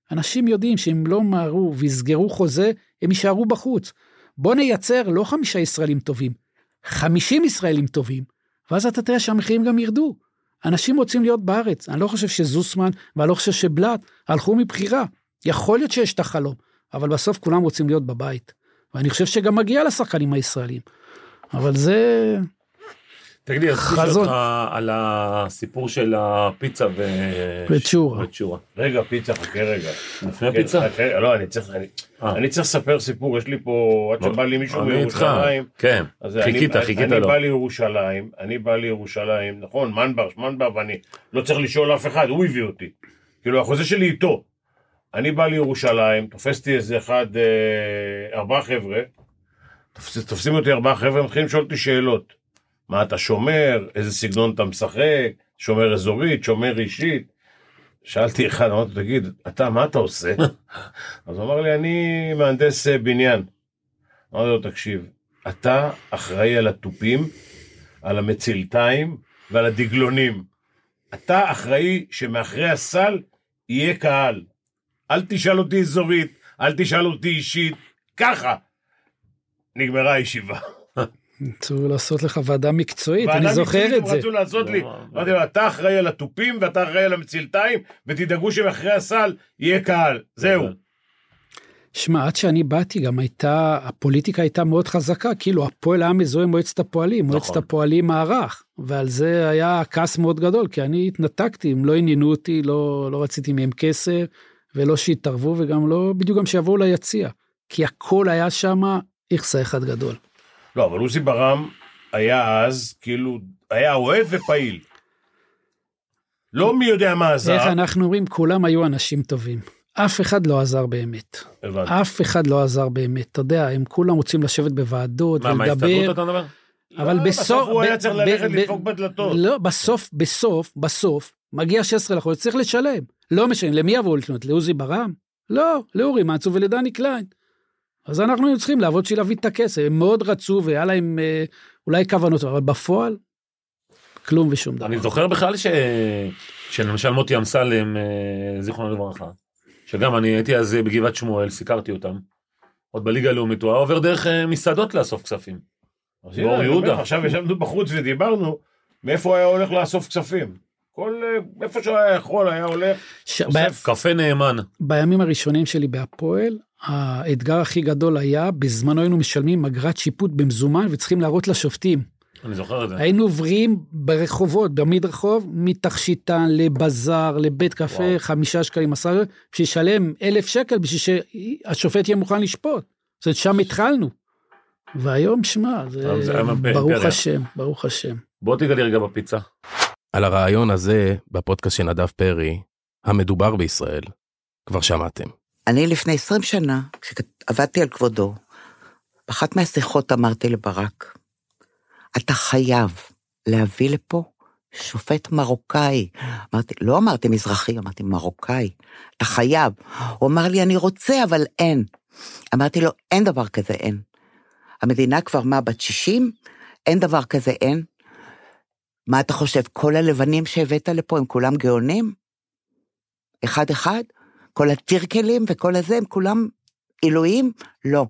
אנשים יודעים שאם לא מהרו ויסגרו חוזה, הם יישארו בחוץ. בוא נייצר לא חמישה ישראלים טובים, חמישים ישראלים טובים, ואז אתה תראה שהמחירים גם ירדו. אנשים רוצים להיות בארץ, אני לא חושב שזוסמן, ואני לא חושב שבלט, הלכו מבחירה. יכול להיות שיש את החלום, אבל בסוף כולם רוצים להיות בבית. ואני חושב שגם מגיע לשחקנים הישראלים. אבל זה... תגיד לי, אז תשאל אותך על הסיפור של הפיצה וצ'ורה. רגע, פיצה, חכה רגע. לפני הפיצה? לא, אני צריך, אני צריך לספר סיפור, יש לי פה, עד שבא לי מישהו מירושלים. כן, חיכית, חיכית לו. אני בא לירושלים, אני בא לירושלים, נכון, מנבר, מנבר, ואני לא צריך לשאול אף אחד, הוא הביא אותי. כאילו, החוזה שלי איתו. אני בא לירושלים, תופסתי איזה אחד, ארבעה חבר'ה, תופסים אותי ארבעה חבר'ה, מתחילים לשאול אותי שאלות. מה אתה שומר, איזה סגנון אתה משחק, שומר אזורית, שומר אישית. שאלתי אחד, אמרתי, תגיד, אתה, מה אתה עושה? אז הוא אמר לי, אני מהנדס בניין. אמרתי לו, תקשיב, אתה אחראי על הטופים, על המצילתיים ועל הדגלונים. אתה אחראי שמאחרי הסל יהיה קהל. אל תשאל אותי אזורית, אל תשאל אותי אישית, ככה. נגמרה הישיבה. רצו לעשות לך ועדה מקצועית, אני זוכר את זה. רצו לעשות לי, אמרתי לו, אתה אחראי על הטופים ואתה אחראי על המצילתיים, ותדאגו שמאחרי הסל יהיה קהל, זהו. שמע, עד שאני באתי גם הייתה, הפוליטיקה הייתה מאוד חזקה, כאילו הפועל היה מזוהה מועצת הפועלים, מועצת הפועלים מערך, ועל זה היה כעס מאוד גדול, כי אני התנתקתי, הם לא עניינו אותי, לא, לא רציתי מהם כסף, ולא שיתערבו, וגם לא, בדיוק גם שיבואו ליציע, כי הכל היה שם איכסה אחד גדול. לא, אבל עוזי ברם היה אז, כאילו, היה אוהד ופעיל. לא מי יודע מה עזר. איך אנחנו אומרים, כולם היו אנשים טובים. אף אחד לא עזר באמת. הבנתי. אף אחד לא עזר באמת. אתה יודע, הם כולם רוצים לשבת בוועדות ולדבר. מה, מה הסתדרות אתה מדבר? אבל לא, בסוף... בסוף הוא היה צריך ללכת לדפוק בדלתות. לא, בסוף, בסוף, בסוף, מגיע שש עשרה לחודש, צריך לשלם. לא משלם, למי יבואו לקנות? לעוזי ברם? לא, לאורי מצו ולדני קליין. אז אנחנו צריכים לעבוד בשביל להביא את הכסף, הם מאוד רצו והיה להם אה, אולי כוונות, אבל בפועל, כלום ושום דבר. אני זוכר בכלל ש... שלמשל מוטי אמסלם, אה, זיכרונו לברכה, שגם אני הייתי אז בגבעת שמואל, סיקרתי אותם, עוד בליגה הלאומית, הוא היה עובר דרך אה, מסעדות לאסוף כספים. באור יהודה. עכשיו ישבנו בחוץ ודיברנו, מאיפה היה הולך לאסוף כספים. כל, איפה שהוא היה יכול, היה הולך, ש... אוסף. קפה נאמן. בימים הראשונים שלי בהפועל, האתגר הכי גדול היה, בזמן היינו משלמים אגרת שיפוט במזומן, וצריכים להראות לשופטים. אני זוכר את זה. היינו עוברים ברחובות, במדרחוב, מתכשיטן לבזר, לבית קפה, וואו. חמישה שקלים, עשרה, שישלם אלף שקל, בשביל שהשופט יהיה מוכן לשפוט. זאת אומרת, שם התחלנו. והיום, שמה, זה, זה ברוך פריה. השם, ברוך השם. בוא תגלי רגע בפיצה. על הרעיון הזה, בפודקאסט של נדב פרי, המדובר בישראל, כבר שמעתם. אני לפני עשרים שנה, כשעבדתי על כבודו, באחת מהשיחות אמרתי לברק, אתה חייב להביא לפה שופט מרוקאי. אמרתי, לא אמרתי מזרחי, אמרתי מרוקאי. אתה חייב. הוא אמר לי, אני רוצה, אבל אין. אמרתי לו, אין דבר כזה, אין. המדינה כבר מה, בת שישים? אין דבר כזה, אין. מה אתה חושב, כל הלבנים שהבאת לפה, הם כולם גאונים? אחד אחד? כל הטירקלים וכל הזה, הם כולם אלוהים? לא.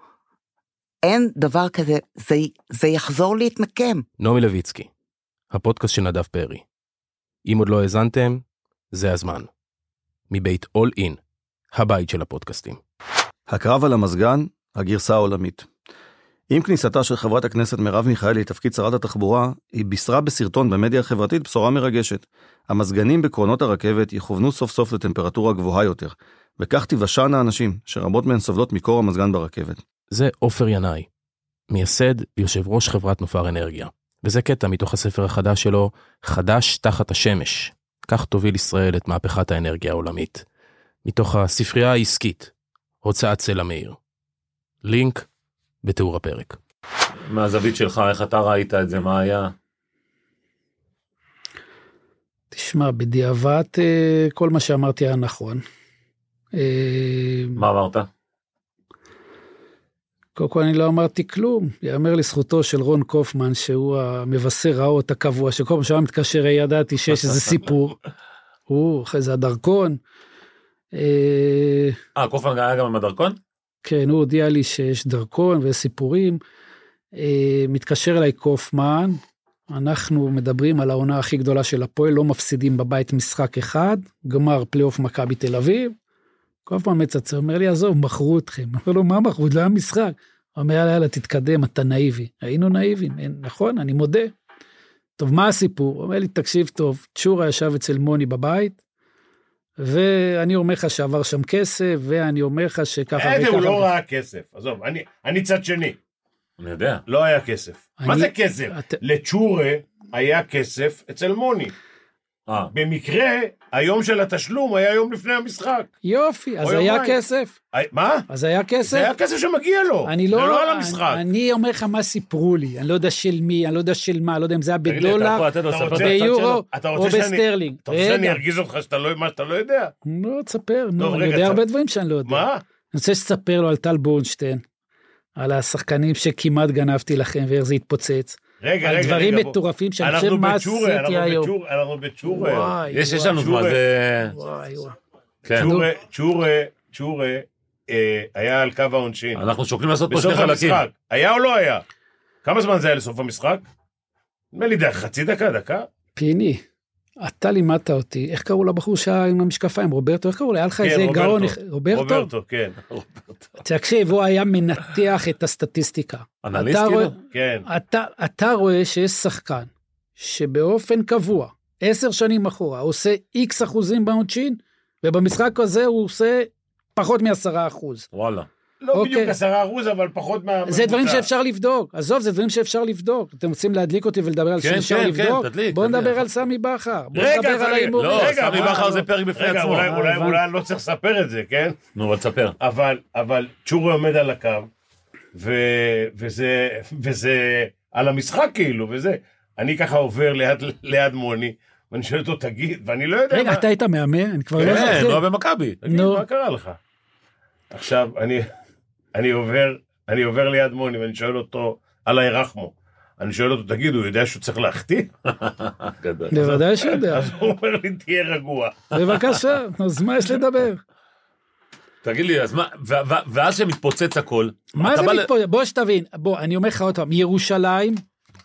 אין דבר כזה, זה, זה יחזור להתנקם. נעמי לויצקי, הפודקאסט של נדב פרי. אם עוד לא האזנתם, זה הזמן. מבית All In, הבית של הפודקאסטים. הקרב על המזגן, הגרסה העולמית. עם כניסתה של חברת הכנסת מרב מיכאלי לתפקיד שרת התחבורה, היא בישרה בסרטון במדיה החברתית בשורה מרגשת. המזגנים בקרונות הרכבת יכוונו סוף סוף לטמפרטורה גבוהה יותר, וכך תיוושענה האנשים, שרבות מהן סובלות מקור המזגן ברכבת. זה עופר ינאי, מייסד ויושב ראש חברת נופר אנרגיה. וזה קטע מתוך הספר החדש שלו, חדש תחת השמש. כך תוביל ישראל את מהפכת האנרגיה העולמית. מתוך הספרייה העסקית, הוצאת סלע מאיר. לינק בתיאור הפרק. מהזווית שלך, איך אתה ראית את זה, מה היה? תשמע, בדיעבד כל מה שאמרתי היה נכון. מה אמרת? קודם כל אני לא אמרתי כלום, יאמר לזכותו של רון קופמן, שהוא המבשר רעות הקבוע, שכל מה שהיה מתקשר ידעתי שיש איזה סיפור, הוא אחרי זה הדרכון, אה, קופמן היה גם עם הדרכון? כן, הוא הודיע לי שיש דרכון וסיפורים. מתקשר אליי קופמן, אנחנו מדברים על העונה הכי גדולה של הפועל, לא מפסידים בבית משחק אחד, גמר פלייאוף מכבי תל אביב. קופמן מצצה, אומר לי, עזוב, מכרו אתכם. אומר לו, מה מכרו? לא היה משחק. הוא אומר, יאללה, תתקדם, אתה נאיבי. היינו נאיבים, נכון, אני מודה. טוב, מה הסיפור? הוא אומר לי, תקשיב טוב, צ'ורה ישב אצל מוני בבית, ואני אומר לך שעבר שם כסף, ואני אומר לך שככה... איזה, הוא לא ראה כסף. עזוב, אני, אני צד שני. אני יודע. לא היה כסף. אני... מה זה כסף? את... לצ'ורה היה כסף אצל מוני. אה. במקרה, היום של התשלום היה יום לפני המשחק. יופי, אז היה יומיים. כסף. מה? אז היה כסף? זה היה כסף שמגיע לו. אני לא... זה לא על המשחק. אני, אני אומר לך מה סיפרו לי, אני לא יודע של מי, אני לא יודע של מה, לא יודע אם זה היה בדולר, ביורו או בסטרלינג. אתה רוצה שאני ארגיז אותך שאתה לא, מה שאתה לא יודע? לא, תספר, נו, אני רגע, יודע צפ... הרבה דברים שאני לא יודע. מה? אני רוצה שתספר לו על טל בורנשטיין, על השחקנים שכמעט גנבתי לכם ואיך זה התפוצץ. רגע, על רגע, דברים רגע, מטורפים שאני חושב מה עשיתי היום. אנחנו בצ'ורה. יש, יש לנו זמן, זה... וואי, וואי. צ'ורה, צ'ורה, צ'ורה, היה על קו העונשין. אנחנו שוקלים לעשות פה שני בסוף חלקים. המשחק. היה או לא היה? כמה זמן זה היה לסוף המשחק? נדמה לי חצי דקה, דקה? פיני, אתה לימדת אותי, איך קראו לבחור שהיה עם המשקפיים? רוברטו, איך קראו? היה לך איזה גאון? רוברטו? רוברטו, כן. תקשיב, הוא היה מנתח את הסטטיסטיקה. אנליסט כאילו? כן. אתה רואה שיש שחקן שבאופן קבוע, עשר שנים אחורה, עושה איקס אחוזים בעונשין, ובמשחק הזה הוא עושה פחות מעשרה אחוז. וואלה. לא בדיוק עשרה אחוז, אבל פחות מה... זה דברים שאפשר לבדוק. עזוב, זה דברים שאפשר לבדוק. אתם רוצים להדליק אותי ולדבר על שאפשר לבדוק? בואו נדבר על סמי בכר. בואו נדבר על האימור. לא, סמי בכר זה פרק בפני עצמו. אולי אני לא צריך לספר את זה, כן? נו, אבל תספר. אבל צ'ורה עומד על הקו, וזה על המשחק כאילו, וזה. אני ככה עובר ליד מוני, ואני שואל אותו, תגיד, ואני לא יודע... רגע, אתה היית מאמן? אני כבר לא זוכר. כן, לא במכבי. תגיד, מה קרה לך? עכשיו, אני... אני עובר, אני עובר ליד מוני, ואני שואל אותו על הירחמו. אני שואל אותו, תגיד, הוא יודע שהוא צריך להחטיא? בוודאי שיודע. אז הוא אומר לי, תהיה רגוע. בבקשה, אז מה יש לדבר? תגיד לי, אז מה, ואז שמתפוצץ הכל. מה זה מתפוצץ? בוא שתבין, בוא, אני אומר לך עוד פעם, ירושלים,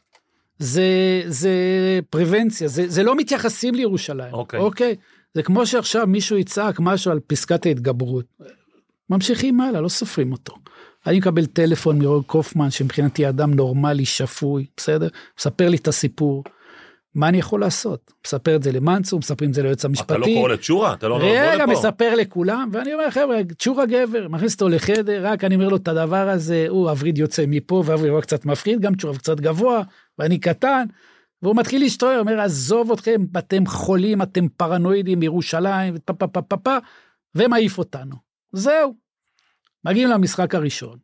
זה פרוונציה, זה לא מתייחסים לירושלים. אוקיי? זה כמו שעכשיו מישהו יצעק משהו על פסקת ההתגברות. ממשיכים הלאה, לא סופרים אותו. אני מקבל טלפון מרון קופמן, שמבחינתי אדם נורמלי, שפוי, בסדר? מספר לי את הסיפור. מה אני יכול לעשות? מספר את זה למנצור, מספרים את זה ליועץ המשפטי. אתה לא קורא לצ'ורה? אתה לא נבוא לפה? רגע, מספר לכולם, ואני אומר, חבר'ה, צ'ורה גבר, מכניס אותו לחדר, רק אני אומר לו את הדבר הזה, הוא אבריד יוצא מפה, ואבריד הוא קצת מפחיד, גם צ'ורה קצת גבוה, ואני קטן, והוא מתחיל להשתולל, אומר, עזוב אתכם, אתם חולים, אתם פרנואידים, ירושלים, ופפפפפ, ומעיף אותנו. זהו. מגיעים למשחק הראשון.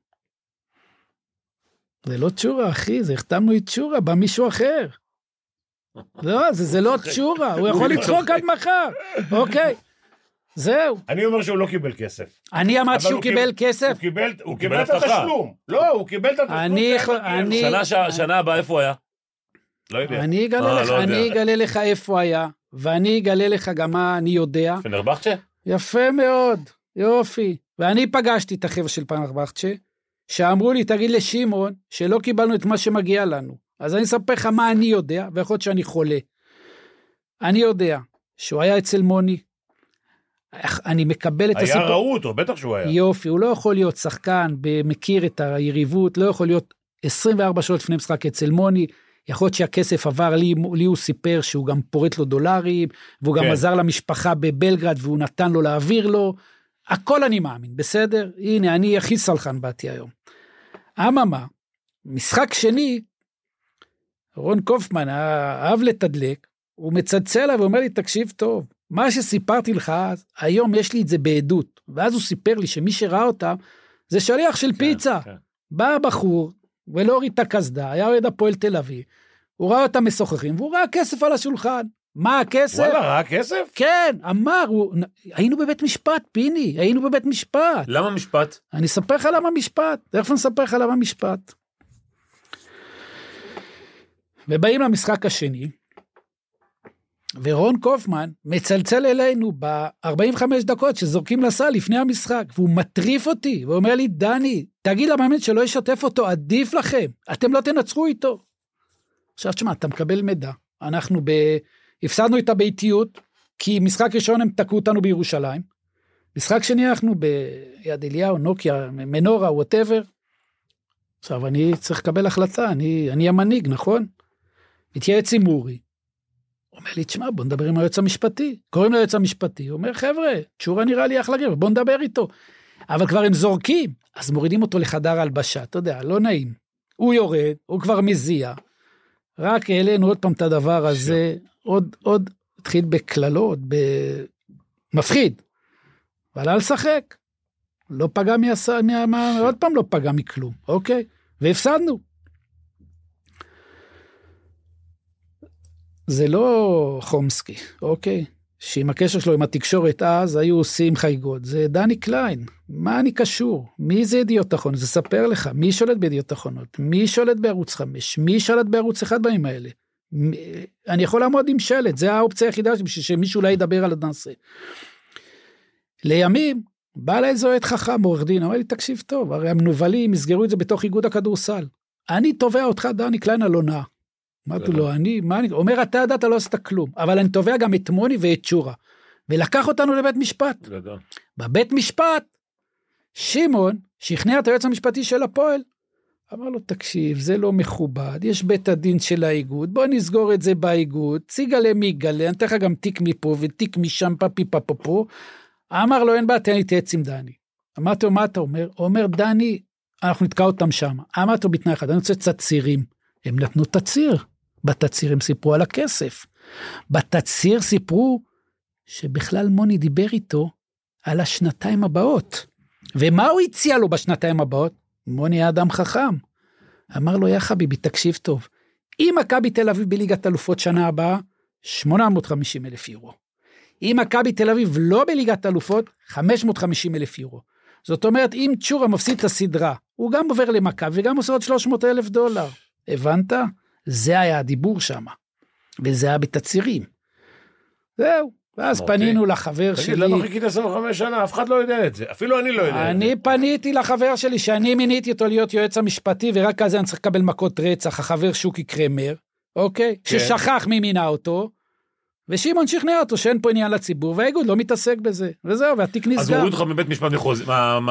זה לא צ'ורה, אחי, זה החתמנו את צ'ורה, בא מישהו אחר. לא, זה, זה לא צ'ורה, הוא יכול לצחוק עד מחר. אוקיי, זהו. אני אומר שהוא לא קיבל כסף. אני אמרתי שהוא קיבל כסף. הוא קיבל, הוא קיבל את התשלום. לא, הוא קיבל את התשלום. אני, אני... שנה, שנה הבאה איפה היה? לא יודע. אני אגלה לך, אני אגלה לך איפה היה, ואני אגלה לך גם מה אני יודע. פנרבחצ'ה? יפה מאוד, יופי. ואני פגשתי את החבר'ה של פנרבחצ'ה, שאמרו לי, תגיד לשמעון, שלא קיבלנו את מה שמגיע לנו. אז אני אספר לך מה אני יודע, ויכול להיות שאני חולה. אני יודע שהוא היה אצל מוני, אני מקבל את הסיפור. היה ראו אותו, בטח שהוא היה. יופי, הוא לא יכול להיות שחקן, מכיר את היריבות, לא יכול להיות עשרים וארבע שעות לפני משחק אצל מוני, יכול להיות שהכסף עבר לי, לי הוא סיפר שהוא גם פורט לו דולרים, והוא גם עזר למשפחה בבלגרד, והוא נתן לו להעביר לו, הכל אני מאמין, בסדר? הנה, אני הכי סלחן באתי היום. אממה, משחק שני, רון קופמן, אהב לתדלק, הוא מצלצל לה ואומר לי, תקשיב טוב, מה שסיפרתי לך אז, היום יש לי את זה בעדות, ואז הוא סיפר לי שמי שראה אותה, זה שליח של פיצה. כן, כן. בא הבחור, ולא הוריד את הכסדה, היה אוהד הפועל תל אביב, הוא ראה אותם משוחחים, והוא ראה כסף על השולחן. מה הכסף? וואלה, ראה כסף? כן, אמר, הוא... היינו בבית משפט, פיני, היינו בבית משפט. למה משפט? אני אספר לך למה משפט, תכף אני אספר לך למה משפט. ובאים למשחק השני, ורון קופמן מצלצל אלינו ב-ארבעים וחמש דקות שזורקים לסל לפני המשחק, והוא מטריף אותי, ואומר לי, דני, תגיד למאמן שלא ישתף אותו, עדיף לכם, אתם לא תנצחו איתו. עכשיו תשמע, אתה מקבל מידע, אנחנו ב... הפסדנו את הביתיות, כי משחק ראשון הם תקעו אותנו בירושלים, משחק שני אנחנו ביד אליהו, נוקיה, מנורה, whatever. עכשיו אני צריך לקבל החלטה, אני, אני המנהיג, נכון? מתייעץ עם אורי, אומר לי, תשמע, בוא נדבר עם היועץ המשפטי, קוראים ליועץ המשפטי, הוא אומר, חבר'ה, צ'ורה נראה לי אחלה גבר, בוא נדבר איתו, אבל כבר הם זורקים, אז מורידים אותו לחדר הלבשה, אתה יודע, לא נעים, הוא יורד, הוא כבר מזיע, רק העלינו עוד פעם את הדבר הזה, עוד, עוד, התחיל בכללות, במפחיד, ועלה לשחק, לא פגע מהסע, מה, מה, עוד פעם לא פגע מכלום, אוקיי, והפסדנו. זה לא חומסקי, אוקיי? שעם הקשר שלו עם התקשורת אז, היו עושים חייגות. זה דני קליין. מה אני קשור? מי זה ידיעות אחרונות? זה ספר לך. מי שולט בידיעות אחרונות? מי שולט בערוץ חמש? מי שולט בערוץ אחד בימים האלה? אני יכול לעמוד עם שלט. זה האופציה היחידה שמישהו לא ידבר על הנושא. לימים, בא לה איזו עת חכם, עורך דין, אמר לי, תקשיב טוב, הרי המנובלים יסגרו את זה בתוך איגוד הכדורסל. אני תובע אותך, דני קליין, על עונה. אמרתי לו, אני, מה אני, אומר, אתה ידעת, לא עשת כלום, אבל אני תובע גם את מוני ואת שורה, ולקח אותנו לבית משפט. גדול. בבית משפט, שמעון, שכנע את היועץ המשפטי של הפועל, אמר לו, תקשיב, זה לא מכובד, יש בית הדין של האיגוד, בוא נסגור את זה באיגוד, ציגלה מיגלה, אני תכף גם תיק מפה ותיק משם, פפי פפפו, אמר לו, אין בעיה, תן לי תעץ עם דני. אמרתי לו, מה אתה אומר? הוא אומר, דני, אנחנו נתקע אותם שם. אמרתי לו, בתנאי אחד, אני רוצה תצהירים. הם נתנו תצהיר. בתצהיר הם סיפרו על הכסף. בתצהיר סיפרו שבכלל מוני דיבר איתו על השנתיים הבאות. ומה הוא הציע לו בשנתיים הבאות? מוני היה אדם חכם. אמר לו, יא חביבי, תקשיב טוב. אם מכבי תל אביב בליגת אלופות שנה הבאה, שמונה מאות וחמישים אלף יורו. אם מכבי תל אביב לא בליגת אלופות, חמש מאות וחמישים אלף יורו. זאת אומרת, אם צ'ורה מפסיד את הסדרה, הוא גם עובר למכבי וגם עושה עוד שלוש מאות אלף דולר. הבנת? זה היה הדיבור שם. וזה היה בתצהירים. זהו. ואז פנינו לחבר שלי. תגיד, למה חיכית עשרים וחמש שנה? אף אחד לא יודע את זה. אפילו אני לא יודע את זה. אני פניתי לחבר שלי, שאני מיניתי אותו להיות יועץ המשפטי, ורק אז אני צריך לקבל מכות רצח, החבר שוקי קרמר, אוקיי? ששכח מי מינה אותו, ושימון שכנע אותו שאין פה עניין לציבור, והאיגוד לא מתעסק בזה. וזהו, והתיק נסגר. אז הוא הוריד אותך מבית משפט מחוזי,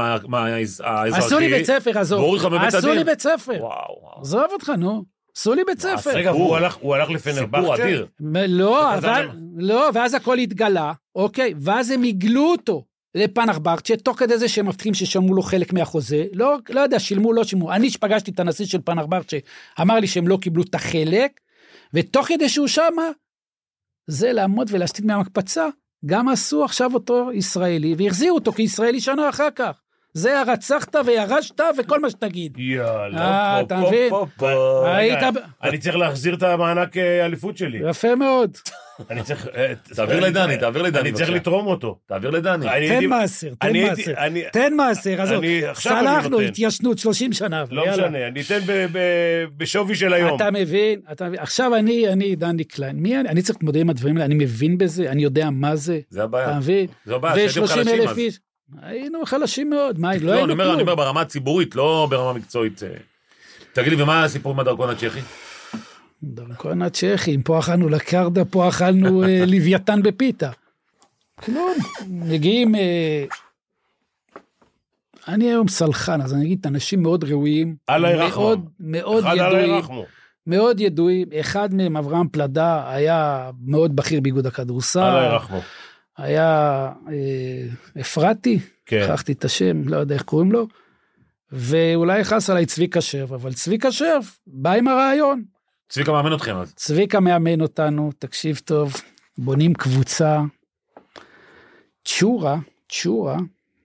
האזרחי. עשו לי בית ספר, עזוב. עשו לי בית ספר. וואו. עזוב אותך, נו. עשו לי בית ספר. רגע, הוא הלך לפנרבכצ'ה? לא, לא, ואז הכל התגלה, אוקיי, ואז הם הגלו אותו לפנרבכצ'ה, תוך כדי זה שהם מבטיחים ששלמו לו חלק מהחוזה, לא, לא יודע, שילמו, לא שילמו. אני שפגשתי את הנשיא של פנרבכצ'ה, אמר לי שהם לא קיבלו את החלק, ותוך כדי שהוא שמה, זה לעמוד ולהשתית מהמקפצה, גם עשו עכשיו אותו ישראלי, והחזירו אותו כישראלי שנה אחר כך. זה הרצחת וירשת וכל מה שתגיד. יאללה, אתה מבין? אני צריך להחזיר את המענק אליפות שלי. יפה מאוד. אני צריך... תעביר לדני, תעביר לדני. אני צריך לתרום אותו. תעביר לדני. תן מעשר, תן מעשר. תן מעשר, עזוב. סלחנו, התיישנות שלושים שנה. לא משנה, אני אתן בשווי של היום. אתה מבין? עכשיו אני, אני דני קליין. מי אני? אני צריך להתמודד עם הדברים האלה, אני מבין בזה, אני יודע מה זה. זה הבעיה. אתה מבין? זה הבעיה, שהייתם חלשים אז. היינו חלשים מאוד, מה, לא לא, היינו אני אומר, כלום. אני אומר ברמה הציבורית, לא ברמה מקצועית. תגיד לי, ומה הסיפור עם הדרכון הצ'כי? דרכון הצ'כי, פה אכלנו לקרדה, פה אכלנו לוויתן בפיתה. כלום, מגיעים, אני היום סלחן, אז אני אגיד, אנשים מאוד ראויים, מאוד, מאוד ידועים, מאוד ידועים, אחד מהם, אברהם פלדה, היה מאוד בכיר באיגוד הכדורסל, אללה ירחמו. היה אפרתי, שכחתי את השם, לא יודע איך קוראים לו, ואולי חס עליי צביקה שרף, אבל צביקה שרף בא עם הרעיון. צביקה מאמן אתכם אז. צביקה מאמן אותנו, תקשיב טוב, בונים קבוצה, צ'ורה, צ'ורה,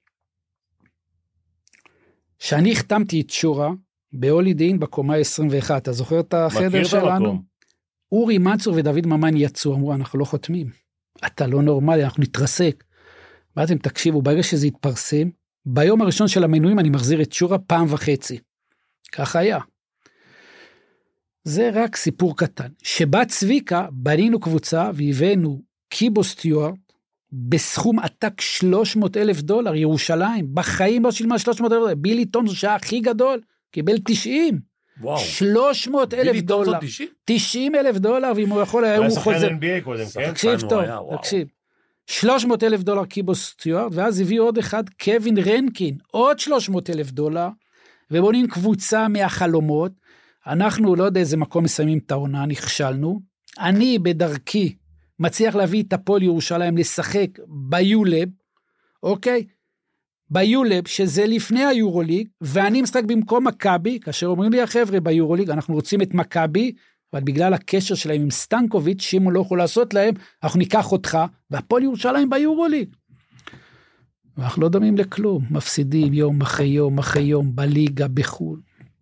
שאני החתמתי את צ'ורה, בהולידיין בקומה עשרים ואחת, אתה זוכר את החדר שלנו? אורי מצור ודוד ממן יצאו, אמרו, אנחנו לא חותמים. אתה לא נורמלי, אנחנו נתרסק. ואתם תקשיבו, ברגע שזה יתפרסם, ביום הראשון של המנויים אני מחזיר את שורה פעם וחצי. כך היה. זה רק סיפור קטן. שבה צביקה, בנינו קבוצה, והבאנו קיבו סטיוארט, בסכום עתק שלוש מאות אלף דולר, ירושלים, בחיים לא שילמה שלוש מאות אלף דולר, בילי טומפסון שהיה הכי גדול, קיבל תשעים. וואו. שלוש מאות אלף דולר. תשעים אלף דולר, ואם הוא יכול, הוא חוזר. תקשיב טוב, תקשיב. שלוש מאות אלף דולר קיבו סטיוארט, ואז הביאו עוד אחד, קווין רנקין, עוד שלוש מאות אלף דולר, ובונים קבוצה מהחלומות, אנחנו לא יודע איזה מקום מסיימים את העונה, נכשלנו, אני בדרכי, מצליח להביא את הפועל ירושלים לשחק ביולב, אוקיי? ביולב, שזה לפני היורוליג, ואני משחק במקום מכבי, כאשר אומרים לי החבר'ה ביורוליג, אנחנו רוצים את מכבי, אבל בגלל הקשר שלהם עם סטנקוביץ', שאם הוא לא יכול לעשות להם, אנחנו ניקח אותך, והפועל ירושלים ביורוליג. ואנחנו לא דומים לכלום, מפסידים יום אחרי יום אחרי יום, בליגה, בחול.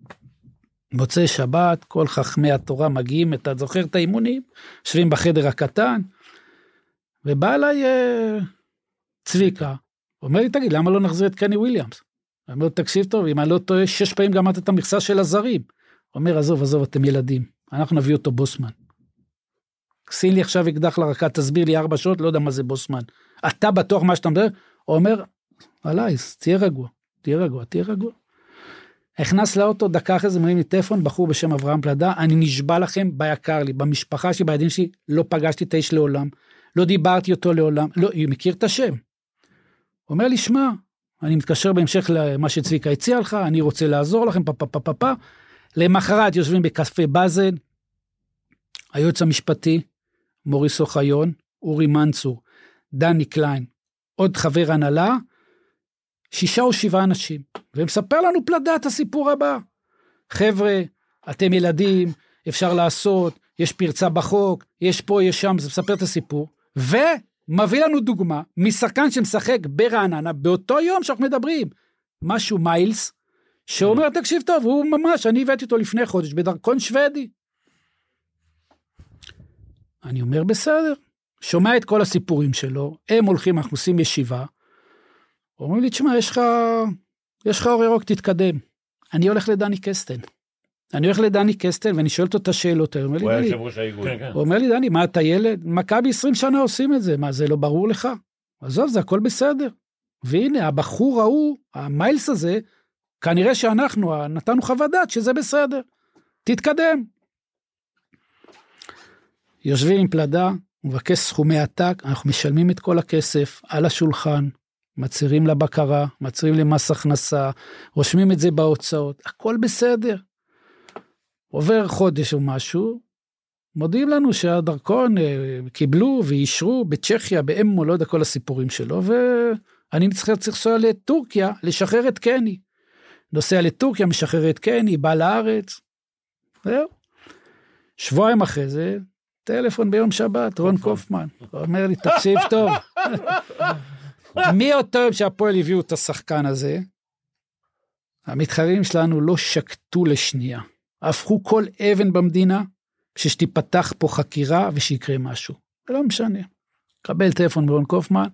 מוצא שבת, כל חכמי התורה מגיעים, אתה זוכר את האימונים, יושבים בחדר הקטן, ובא אליי אה, צביקה, אומר לי, תגיד, למה לא נחזיר את קני וויליאמס? אני אומר, תקשיב טוב, אם אני לא טועה, שש פעמים גמרת את המכסה של הזרים. אומר, עזוב, עזוב, אתם ילדים, אנחנו נביא אותו בוסמן. שים לי עכשיו אקדח לרקה, תסביר לי ארבע שעות, לא יודע מה זה בוסמן. אתה בטוח מה שאתה מדבר? הוא אומר, עליי, תהיה רגוע, תהיה רגוע, תהיה רגוע. הכנס לאוטו, דקה אחרי זה, מרים לי טלפון, בחור בשם אברהם פלדה, אני נשבע לכם ביקר לי, במשפחה שלי, בידיים שלי, לא פגשתי את האיש לעולם, לא דיברתי אותו לעולם, לא, הוא מכיר את השם. הוא אומר לי, שמע, אני מתקשר בהמשך למה שצביקה הציע לך, אני רוצה לעזור לכם, פפה פפה פפה, למחרת יושבים בקפה בזל, היועץ המשפטי, מוריס אוחיון, אורי מנצור, דני קליין, עוד חבר הנהלה, שישה או שבעה אנשים, ומספר לנו פלדה את הסיפור הבא. חבר'ה, אתם ילדים, אפשר לעשות, יש פרצה בחוק, יש פה, יש שם, זה מספר את הסיפור, ומביא לנו דוגמה, משחקן שמשחק ברעננה, באותו יום שאנחנו מדברים, משהו מיילס, שאומר, תקשיב טוב, הוא ממש, אני הבאתי אותו לפני חודש, בדרכון שוודי. אני אומר, בסדר, שומע את כל הסיפורים שלו, הם הולכים, אנחנו עושים ישיבה, אומרים לי, תשמע, יש לך, יש לך אור ירוק, תתקדם. אני הולך לדני קסטן. אני הולך לדני קסטן, ואני שואל אותו את השאלות. הוא אומר לי, דני, מה אתה ילד? מכבי עשרים שנה עושים את זה, מה, זה לא ברור לך? עזוב, זה הכל בסדר. והנה, הבחור ההוא, המיילס הזה, כנראה שאנחנו נתנו חוות דעת שזה בסדר. תתקדם. יושבים עם פלדה, מבקש סכומי עתק, אנחנו משלמים את כל הכסף על השולחן, מצהירים לבקרה, מצהירים למס הכנסה, רושמים את זה בהוצאות, הכל בסדר. עובר חודש או משהו, מודיעים לנו שהדרכון אה, קיבלו ואישרו בצ'כיה, באמו, לא יודע כל הסיפורים שלו, ואני צריך לנסוע לטורקיה, לשחרר את קני. נוסע לטורקיה, משחרר את קני, בא לארץ, זהו. שבועיים אחרי זה, טלפון ביום שבת, רון קופמן, הוא אומר לי, תקשיב טוב, מי אותו יום שהפועל הביאו את השחקן הזה, המתחרים שלנו לא שקטו לשנייה, הפכו כל אבן במדינה, כשתיפתח פה חקירה ושיקרה משהו, זה לא משנה, קבל טלפון ברון קופמן,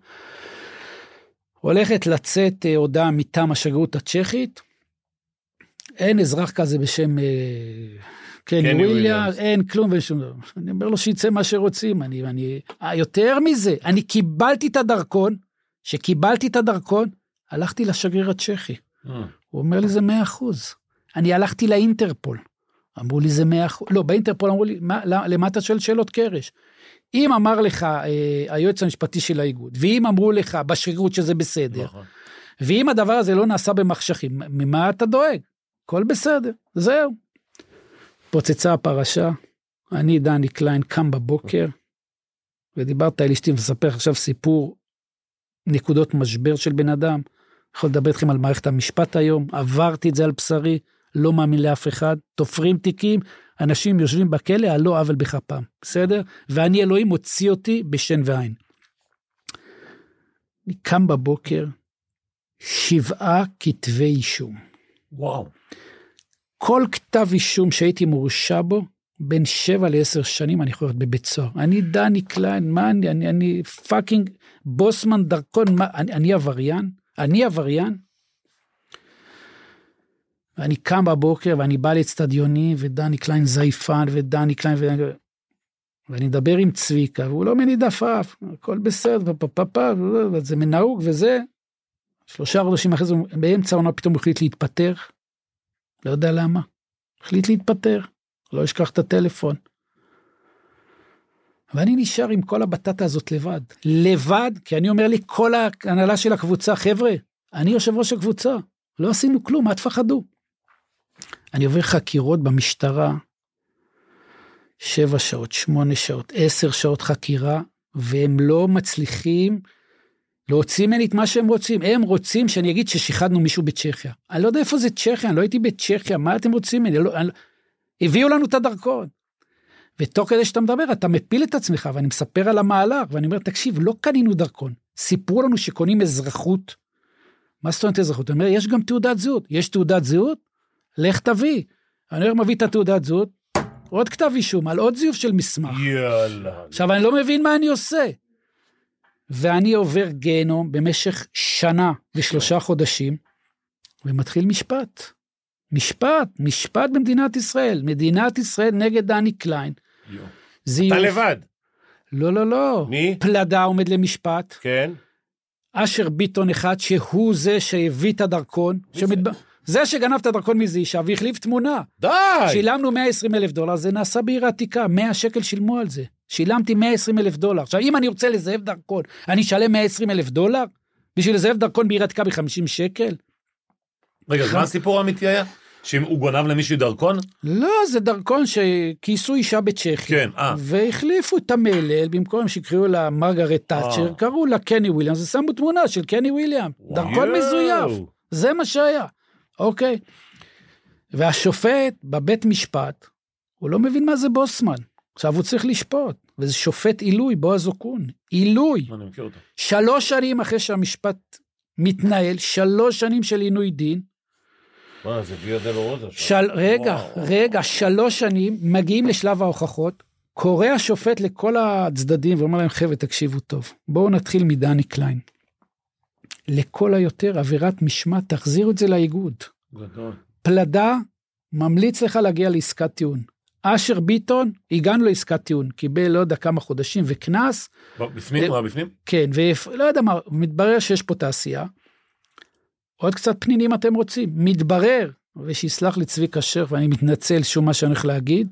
הולכת לצאת הודעה מטעם השגרירות הצ'כית, אין אזרח כזה בשם קני וויליאמס, אין כלום ושום דבר. אני אומר לו שיצא מה שרוצים, אני, אני, יותר מזה, אני קיבלתי את הדרכון, שקיבלתי את הדרכון, הלכתי לשגריר הצ'כי. הוא אומר לי זה מאה אחוז. אני הלכתי לאינטרפול, אמרו לי זה מאה אחוז. לא, באינטרפול אמרו לי, מה, למה אתה שואל שאלות קרש? אם אמר לך אה, היועץ המשפטי של האיגוד, ואם אמרו לך בשגרירות שזה בסדר, ואם הדבר הזה לא נעשה במחשכים, ממה אתה דואג? הכל בסדר, זהו. פוצצה הפרשה, אני דני קליין קם בבוקר, ודיברת על אשתי וספר עכשיו סיפור נקודות משבר של בן אדם, יכול לדבר איתכם על מערכת המשפט היום, עברתי את זה על בשרי, לא מאמין לאף אחד, תופרים תיקים, אנשים יושבים בכלא, על לא עוול בכפם, בסדר? ואני אלוהים הוציא אותי בשן ועין. אני קם בבוקר, שבעה כתבי אישום. וואו. כל כתב אישום שהייתי מורשע בו, בין שבע לעשר שנים אני יכול להיות בבית סוהר. אני דני קליין, מה אני, אני, אני פאקינג בוסמן דרכון, מה, אני, אני עבריין, אני עבריין. ואני קם בבוקר, ואני בא לאצטדיונים, ודני קליין זייפן, ודני קליין, ודני... ואני מדבר עם צביקה, והוא לא מניד עפעף, הכל בסדר, פפפפ, זה מנהוג, וזה, שלושה חודשים אחרי זה, באמצע העונה פתאום החליט להתפטר, לא יודע למה, החליט להתפטר, לא אשכח את הטלפון. ואני נשאר עם כל הבטטה הזאת לבד, לבד, כי אני אומר לי, כל ההנהלה של הקבוצה, חבר'ה, אני יושב ראש הקבוצה, לא עשינו כלום, מה תפחדו? אני עובר חקירות במשטרה, שבע שעות, שמונה שעות, עשר שעות חקירה, והם לא מצליחים להוציא ממני את מה שהם רוצים. הם רוצים שאני אגיד ששיחדנו מישהו בצ'כיה. אני לא יודע איפה זה צ'כיה, אני לא הייתי בצ'כיה, מה אתם רוצים ממני? לא, אני... הביאו לנו את הדרכון. ותוך כדי שאתה מדבר, אתה מפיל את עצמך, ואני מספר על המהלך, ואני אומר, תקשיב, לא קנינו דרכון. סיפרו לנו שקונים אזרחות. מה זאת אומרת אזרחות? אני אומר, יש גם תעודת זהות. יש תעודת זהות? לך תביא. אני אומר, מביא את התעודת זהות, עוד כתב אישום, על עוד זיוף של מסמך. יאללה. עכשיו, אני לא מבין מה אני עושה. ואני עובר גיהנום במשך שנה ושלושה חודשים, ומתחיל משפט. משפט, משפט במדינת ישראל. מדינת ישראל נגד דני קליין. אתה לבד. לא, לא, לא. מי? פלדה עומד למשפט. כן. אשר ביטון אחד, שהוא זה שהביא את הדרכון. שמדבר... זה שגנב את הדרכון מזה אישה, והחליף תמונה. די! שילמנו מאה ועשרים אלף דולר, זה נעשה בעיר העתיקה, מאה שקל שילמו על זה. שילמתי מאה ועשרים אלף דולר. עכשיו, אם אני רוצה לזהב דרכון, אני אשלם מאה ועשרים אלף דולר? בשביל לזהב דרכון בעיר העתיקה ב-חמישים שקל? רגע, אז מה הסיפור האמיתי היה? שאם הוא גונב למישהו דרכון? לא, זה דרכון שכיסו אישה בצ'כיה. כן, אה. והחליפו את המלל, במקום שיקראו לה מרגרט תאצ'ר, קראו לה קני וויליאם, זה שמו תמונה של קני וויליאם. דרכון מזויף. זה מה שהיה. אוקיי. והשופט בבית משפט, הוא לא מבין מה זה בוסמן. עכשיו הוא צריך לשפוט. וזה שופט עילוי, בועז אוקון. עילוי. אני מכיר אותו. שלוש שנים אחרי שהמשפט מתנהל, שלוש שנים של עינוי דין. מה, זה ויה דולורוזה? של... רגע, וואו. רגע, שלוש שנים, מגיעים לשלב ההוכחות, קורא השופט לכל הצדדים, ואומר להם, חבר'ה, תקשיבו טוב. בואו נתחיל מדני קליין. לכל היותר עבירת משמעת, תחזירו את זה לאיגוד. גדול. פלדה ממליץ לך להגיע לעסקת טיעון. אשר ביטון, הגענו לעסקת טיעון, קיבל לא יודע כמה חודשים וכנס. בפנים, הוא היה בפנים? כן, ולא יודע מה, מתברר שיש פה תעשייה. עוד קצת פנינים אתם רוצים. מתברר, ושיסלח לי צבי כשר, ואני מתנצל שום מה שאני הולך להגיד,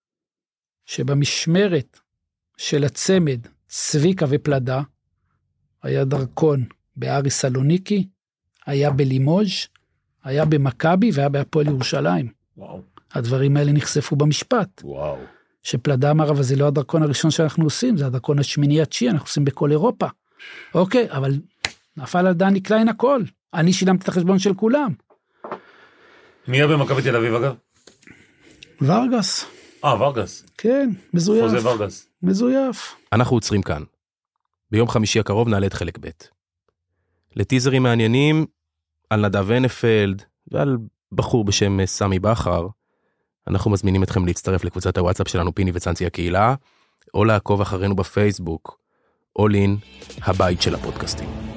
שבמשמרת של הצמד, צביקה ופלדה, היה דרכון בארי סלוניקי, היה בלימוז', היה במכבי, והיה בהפועל ירושלים. וואו. הדברים האלה נחשפו במשפט. וואו. שפלדה אמר, אבל זה לא הדרכון הראשון שאנחנו עושים, זה הדרכון השמיני התשיעי, אנחנו עושים בכל אירופה. אוקיי, אבל נפל על דני קליין הכל. אני שילמתי את החשבון של כולם. מי היה במכבי תל אביב אגב? ורגס. אה, ורגס. כן, מזויף. חוזה ורגס. מזויף. אנחנו עוצרים כאן. ביום חמישי הקרוב נעלה את חלק ב'. לטיזרים מעניינים על נדב ונפלד ועל בחור בשם סמי בחר, אנחנו מזמינים אתכם להצטרף לקבוצת הוואטסאפ שלנו פיני וצאנצי הקהילה, או לעקוב אחרינו בפייסבוק, All In, הבית של הפודקאסטים.